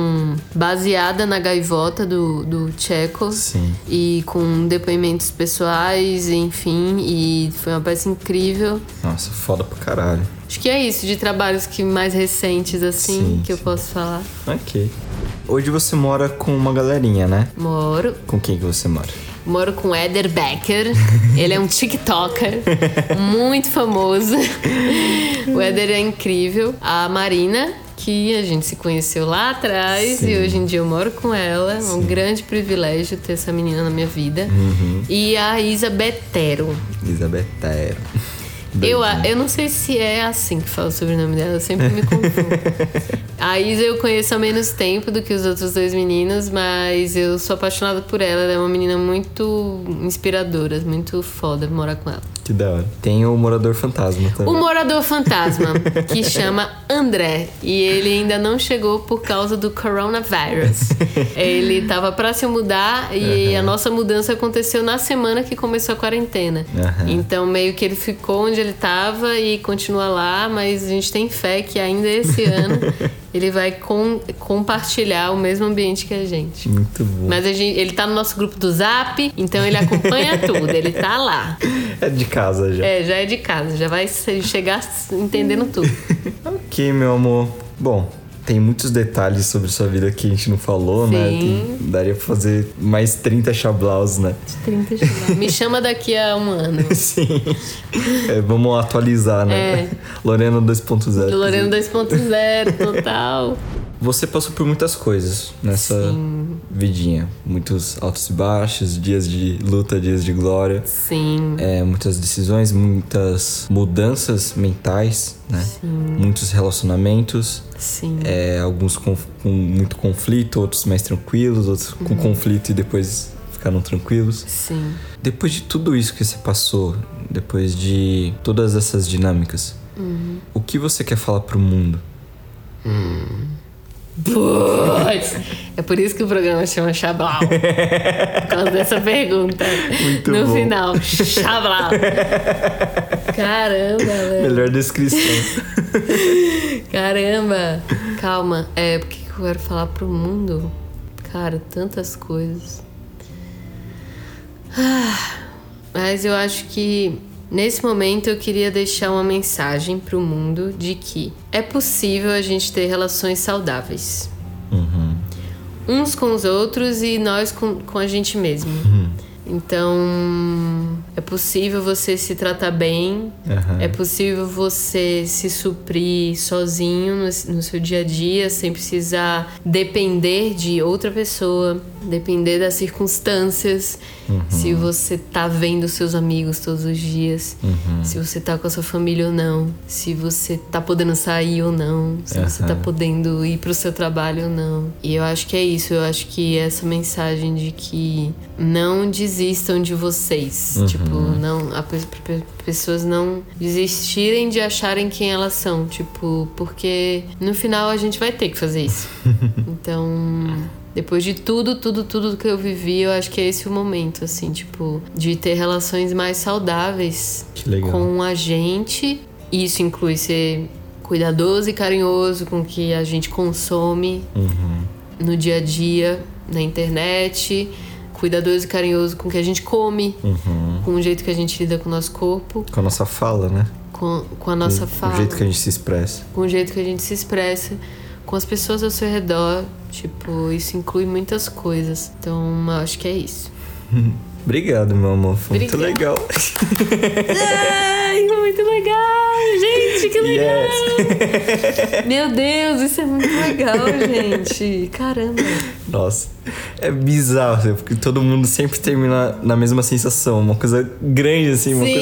baseada na Gaivota do Chekhov. Sim. E com depoimentos pessoais, enfim, e foi uma peça incrível. Nossa, foda pra caralho. Acho que é isso, de trabalhos mais recentes, assim, que eu posso falar. Ok. Hoje você mora com uma galerinha, né? Moro. Com quem que você mora? Moro com o Éder Becker. Ele é um TikToker muito famoso. O Éder é incrível. A Marina, que a gente se conheceu lá atrás e hoje em dia eu moro com ela. É um grande privilégio ter essa menina na minha vida. E a Isa Betero. Isa Betero. Eu não sei se é assim que fala o sobrenome dela, eu sempre me confundo. A Isa eu conheço há menos tempo do que os outros 2 meninos, mas eu sou apaixonada por ela. Ela é uma menina muito inspiradora, muito foda morar com ela. Que da hora. Tem o Morador Fantasma também. O Morador Fantasma, que chama André. E ele ainda não chegou por causa do coronavírus. Ele tava pra se mudar e a nossa mudança aconteceu na semana que começou a quarentena. Então meio que ele ficou onde ele tava e continua lá, mas a gente tem fé que ainda esse ano ele vai compartilhar o mesmo ambiente que a gente. Muito bom. Mas ele tá no nosso grupo do Zap, então ele acompanha tudo, ele tá lá. É de casa já. Já é de casa, já vai chegar entendendo tudo. Ok, meu amor. Bom, tem muitos detalhes sobre sua vida que a gente não falou, né? Daria pra fazer mais 30 chablaus, né? 30 chablaus. Me chama daqui a 1 ano. Sim. Vamos atualizar, né? Lorena 2.0. Lorena 2.0, total. Você passou por muitas coisas nessa vidinha. Muitos altos e baixos, dias de luta, dias de glória. Sim. Muitas decisões, muitas mudanças mentais, né? Sim. Muitos relacionamentos. Sim. Alguns com muito conflito, outros mais tranquilos, outros com conflito e depois ficaram tranquilos. Sim. Depois de tudo isso que você passou, depois de todas essas dinâmicas, o que você quer falar pro mundo? Putz, é por isso que o programa chama Chablau. Por causa dessa pergunta. Muito no bom. final, Chablau. Caramba, velho. Melhor descrição. Caramba. Calma, o que eu quero falar pro mundo? Cara, tantas coisas. Mas eu acho que nesse momento eu queria deixar uma mensagem pro mundo de que é possível a gente ter relações saudáveis. Uns com os outros e nós com a gente mesmo. Então, é possível você se tratar bem, é possível você se suprir sozinho no seu dia a dia, sem precisar depender de outra pessoa, depender das circunstâncias. Se você tá vendo seus amigos todos os dias, se você tá com a sua família ou não, se você tá podendo sair ou não, se você tá podendo ir pro seu trabalho ou não. E eu acho que é isso, eu acho que essa mensagem de que não desistam de vocês. Tipo, não, pessoas não desistirem de acharem quem elas são. Tipo, porque no final a gente vai ter que fazer isso. Então, Depois de tudo que eu vivi, eu acho que é esse o momento, assim, tipo, de ter relações mais saudáveis com a gente. E isso inclui ser cuidadoso e carinhoso com o que a gente consome no dia a dia, na internet. Cuidadoso e carinhoso com o que a gente come, com o jeito que a gente lida com o nosso corpo. Com a nossa fala, né? Com a nossa fala. Com o jeito que a gente se expressa. Com o jeito que a gente se expressa. Com as pessoas ao seu redor. Tipo, isso inclui muitas coisas. Então, eu acho que é isso. Obrigado, meu amor. Foi muito legal. Ai, muito legal. Gente, que legal. Yes. Meu Deus, isso é muito legal, gente. Caramba. Nossa, é bizarro, porque todo mundo sempre termina na mesma sensação. Uma coisa grande, assim, uma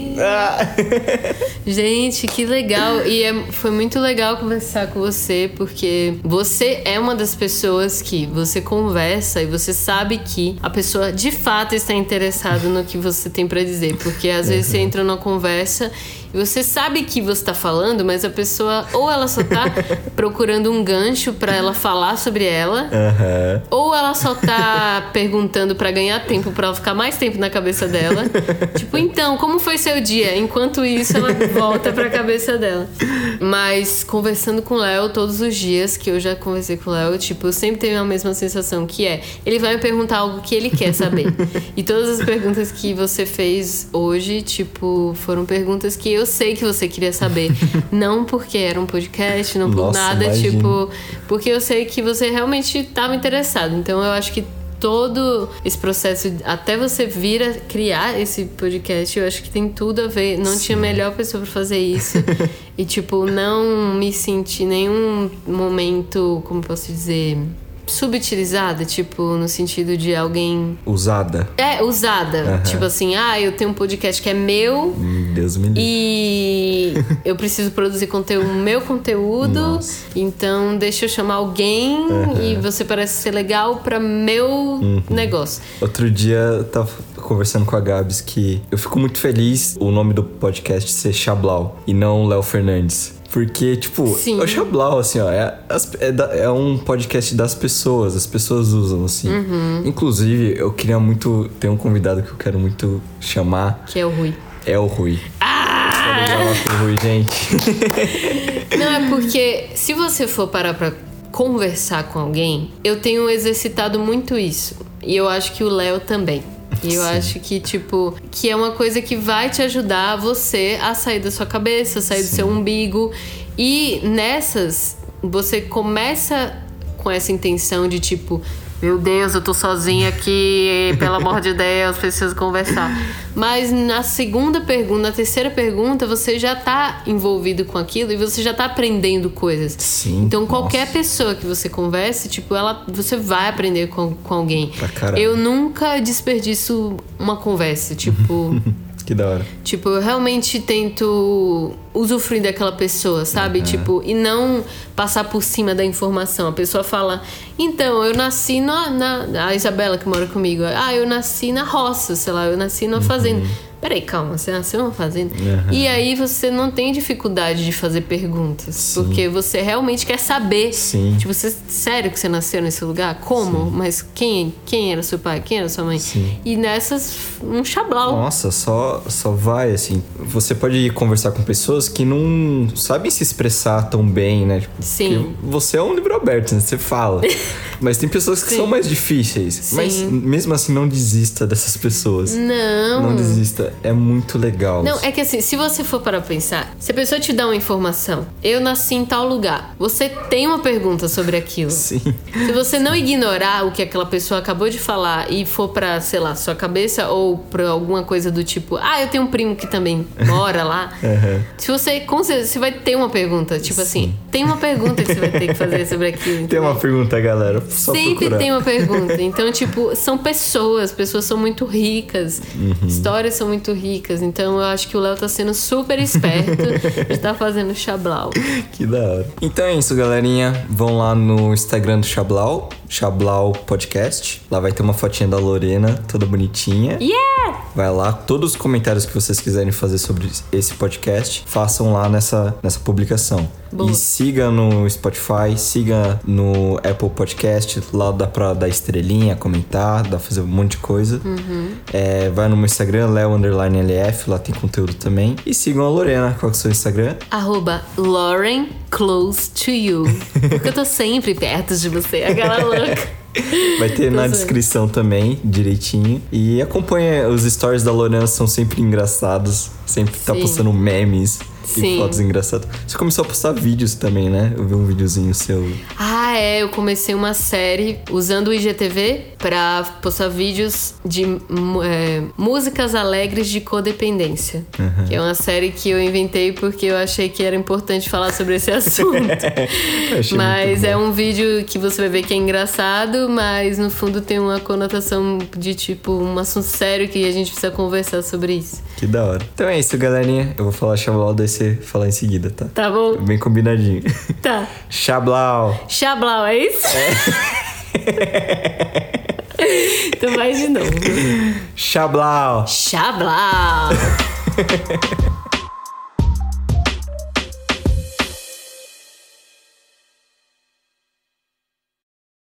coisa... Gente, que legal. E foi muito legal conversar com você, porque você é uma das pessoas que você conversa e você sabe que a pessoa de fato está interessada no que você tem pra dizer. Porque às vezes você entra numa conversa e você sabe que você tá falando, mas a pessoa ou ela só tá procurando um gancho pra ela falar sobre ela, ou ela só tá perguntando pra ganhar tempo, pra ela ficar mais tempo na cabeça dela. Tipo, então, como foi seu dia? Enquanto isso, ela volta pra cabeça dela. Mas conversando com o Léo todos os dias que eu já conversei com o Léo, tipo, eu sempre tenho a mesma sensação, que é, ele vai me perguntar algo que ele quer saber. E todas as perguntas que você fez hoje, tipo, foram perguntas que eu sei que você queria saber. Não porque era um podcast, não por nada, imagina. Tipo, porque eu sei que você realmente estava interessado. Então eu acho que todo esse processo, até você vir a criar esse podcast, eu acho que tem tudo a ver. Não tinha melhor pessoa pra fazer isso. E, tipo, não me senti nenhum momento, como posso dizer, subutilizada, tipo, no sentido de alguém... Usada. Usada. Tipo assim, eu tenho um podcast que é meu. Deus me livre. E eu preciso produzir meu conteúdo. Nossa. Então deixa eu chamar alguém e você parece ser legal pra meu negócio. Outro dia eu tava conversando com a Gabs que eu fico muito feliz o nome do podcast ser Xablau e não Léo Fernandes. Porque, tipo, o Xablau, assim, ó, é um podcast das pessoas. As pessoas usam, assim. Inclusive, eu queria muito... Tem um convidado que eu quero muito chamar. Que é o Rui. É o Rui. Eu quero gravar com o Rui, gente. Não, é porque se você for parar pra conversar com alguém, eu tenho exercitado muito isso. E eu acho que o Léo também. E eu acho que, tipo, que é uma coisa que vai te ajudar você a sair da sua cabeça, sair do seu umbigo. E nessas, você começa com essa intenção de, tipo, meu Deus, eu tô sozinha aqui, pelo amor de Deus, preciso conversar. Mas na segunda pergunta, na terceira pergunta, você já tá envolvido com aquilo e você já tá aprendendo coisas. Sim, então, qualquer pessoa que você converse, tipo, você vai aprender com alguém. Eu nunca desperdiço uma conversa, tipo... Que da hora. Tipo, eu realmente tento usufruir daquela pessoa, sabe? Tipo, e não passar por cima da informação. A pessoa fala, então, eu nasci a Isabela que mora comigo. Eu nasci na roça, sei lá, eu nasci numa fazenda. Peraí, calma, você nasceu numa fazenda? E aí você não tem dificuldade de fazer perguntas. Sim. Porque você realmente quer saber. Sim. Tipo, sério que você nasceu nesse lugar? Como? Sim. Mas quem era seu pai? Quem era sua mãe? Sim. E nessas, um xablau. Nossa, só vai, assim. Você pode conversar com pessoas que não sabem se expressar tão bem, né? Tipo, sim. Você é um livro aberto, né? Você fala. Mas tem pessoas que são mais difíceis. Sim. Mas mesmo assim, não desista dessas pessoas. Não desista. É muito legal. Não, é que assim, se você for para pensar, se a pessoa te dá uma informação, eu nasci em tal lugar, você tem uma pergunta sobre aquilo. Sim. Se você não ignorar o que aquela pessoa acabou de falar e for pra, sei lá, sua cabeça ou pra alguma coisa do tipo, eu tenho um primo que também mora lá. Se você, com certeza, você vai ter uma pergunta, tipo assim, tem uma pergunta que você vai ter que fazer sobre aquilo. Tem uma pergunta, galera. Só sempre procurar. Tem uma pergunta. Então, tipo, são pessoas são muito ricas, histórias são muito ricas. Então eu acho que o Léo tá sendo super esperto de estar fazendo Xablau. Que da hora. Então é isso, galerinha. Vão lá no Instagram do Xablau, Xablau Podcast. Lá vai ter uma fotinha da Lorena, toda bonitinha. Yeah! Vai lá, todos os comentários que vocês quiserem fazer sobre esse podcast, façam lá nessa publicação. E siga no Spotify, siga no Apple Podcast. Lá dá pra dar estrelinha, comentar, dá pra fazer um monte de coisa. Vai no meu Instagram, Leo_LF, lá tem conteúdo também. E sigam a Lorena. Qual que é o seu Instagram? @Lauren Close to You. Porque eu tô sempre perto de você, aquela louca. Vai ter na descrição também, direitinho. E acompanha, os stories da Lorena são sempre engraçados. Sempre tá postando memes e fotos engraçadas. Você começou a postar vídeos também, né? Eu vi um videozinho seu. Eu comecei uma série usando o IGTV pra postar vídeos de músicas alegres de codependência. Que é uma série que eu inventei porque eu achei que era importante falar sobre esse assunto. Mas é um vídeo que você vai ver que é engraçado, mas no fundo tem uma conotação de tipo um assunto sério que a gente precisa conversar sobre isso. Que da hora. Então é isso, galerinha. Eu vou falar Xablau, daí você falar em seguida, tá? Tá bom. Bem combinadinho. Tá. Xablau. Xablau, é isso? Então vai de novo. Xablau. Xablau.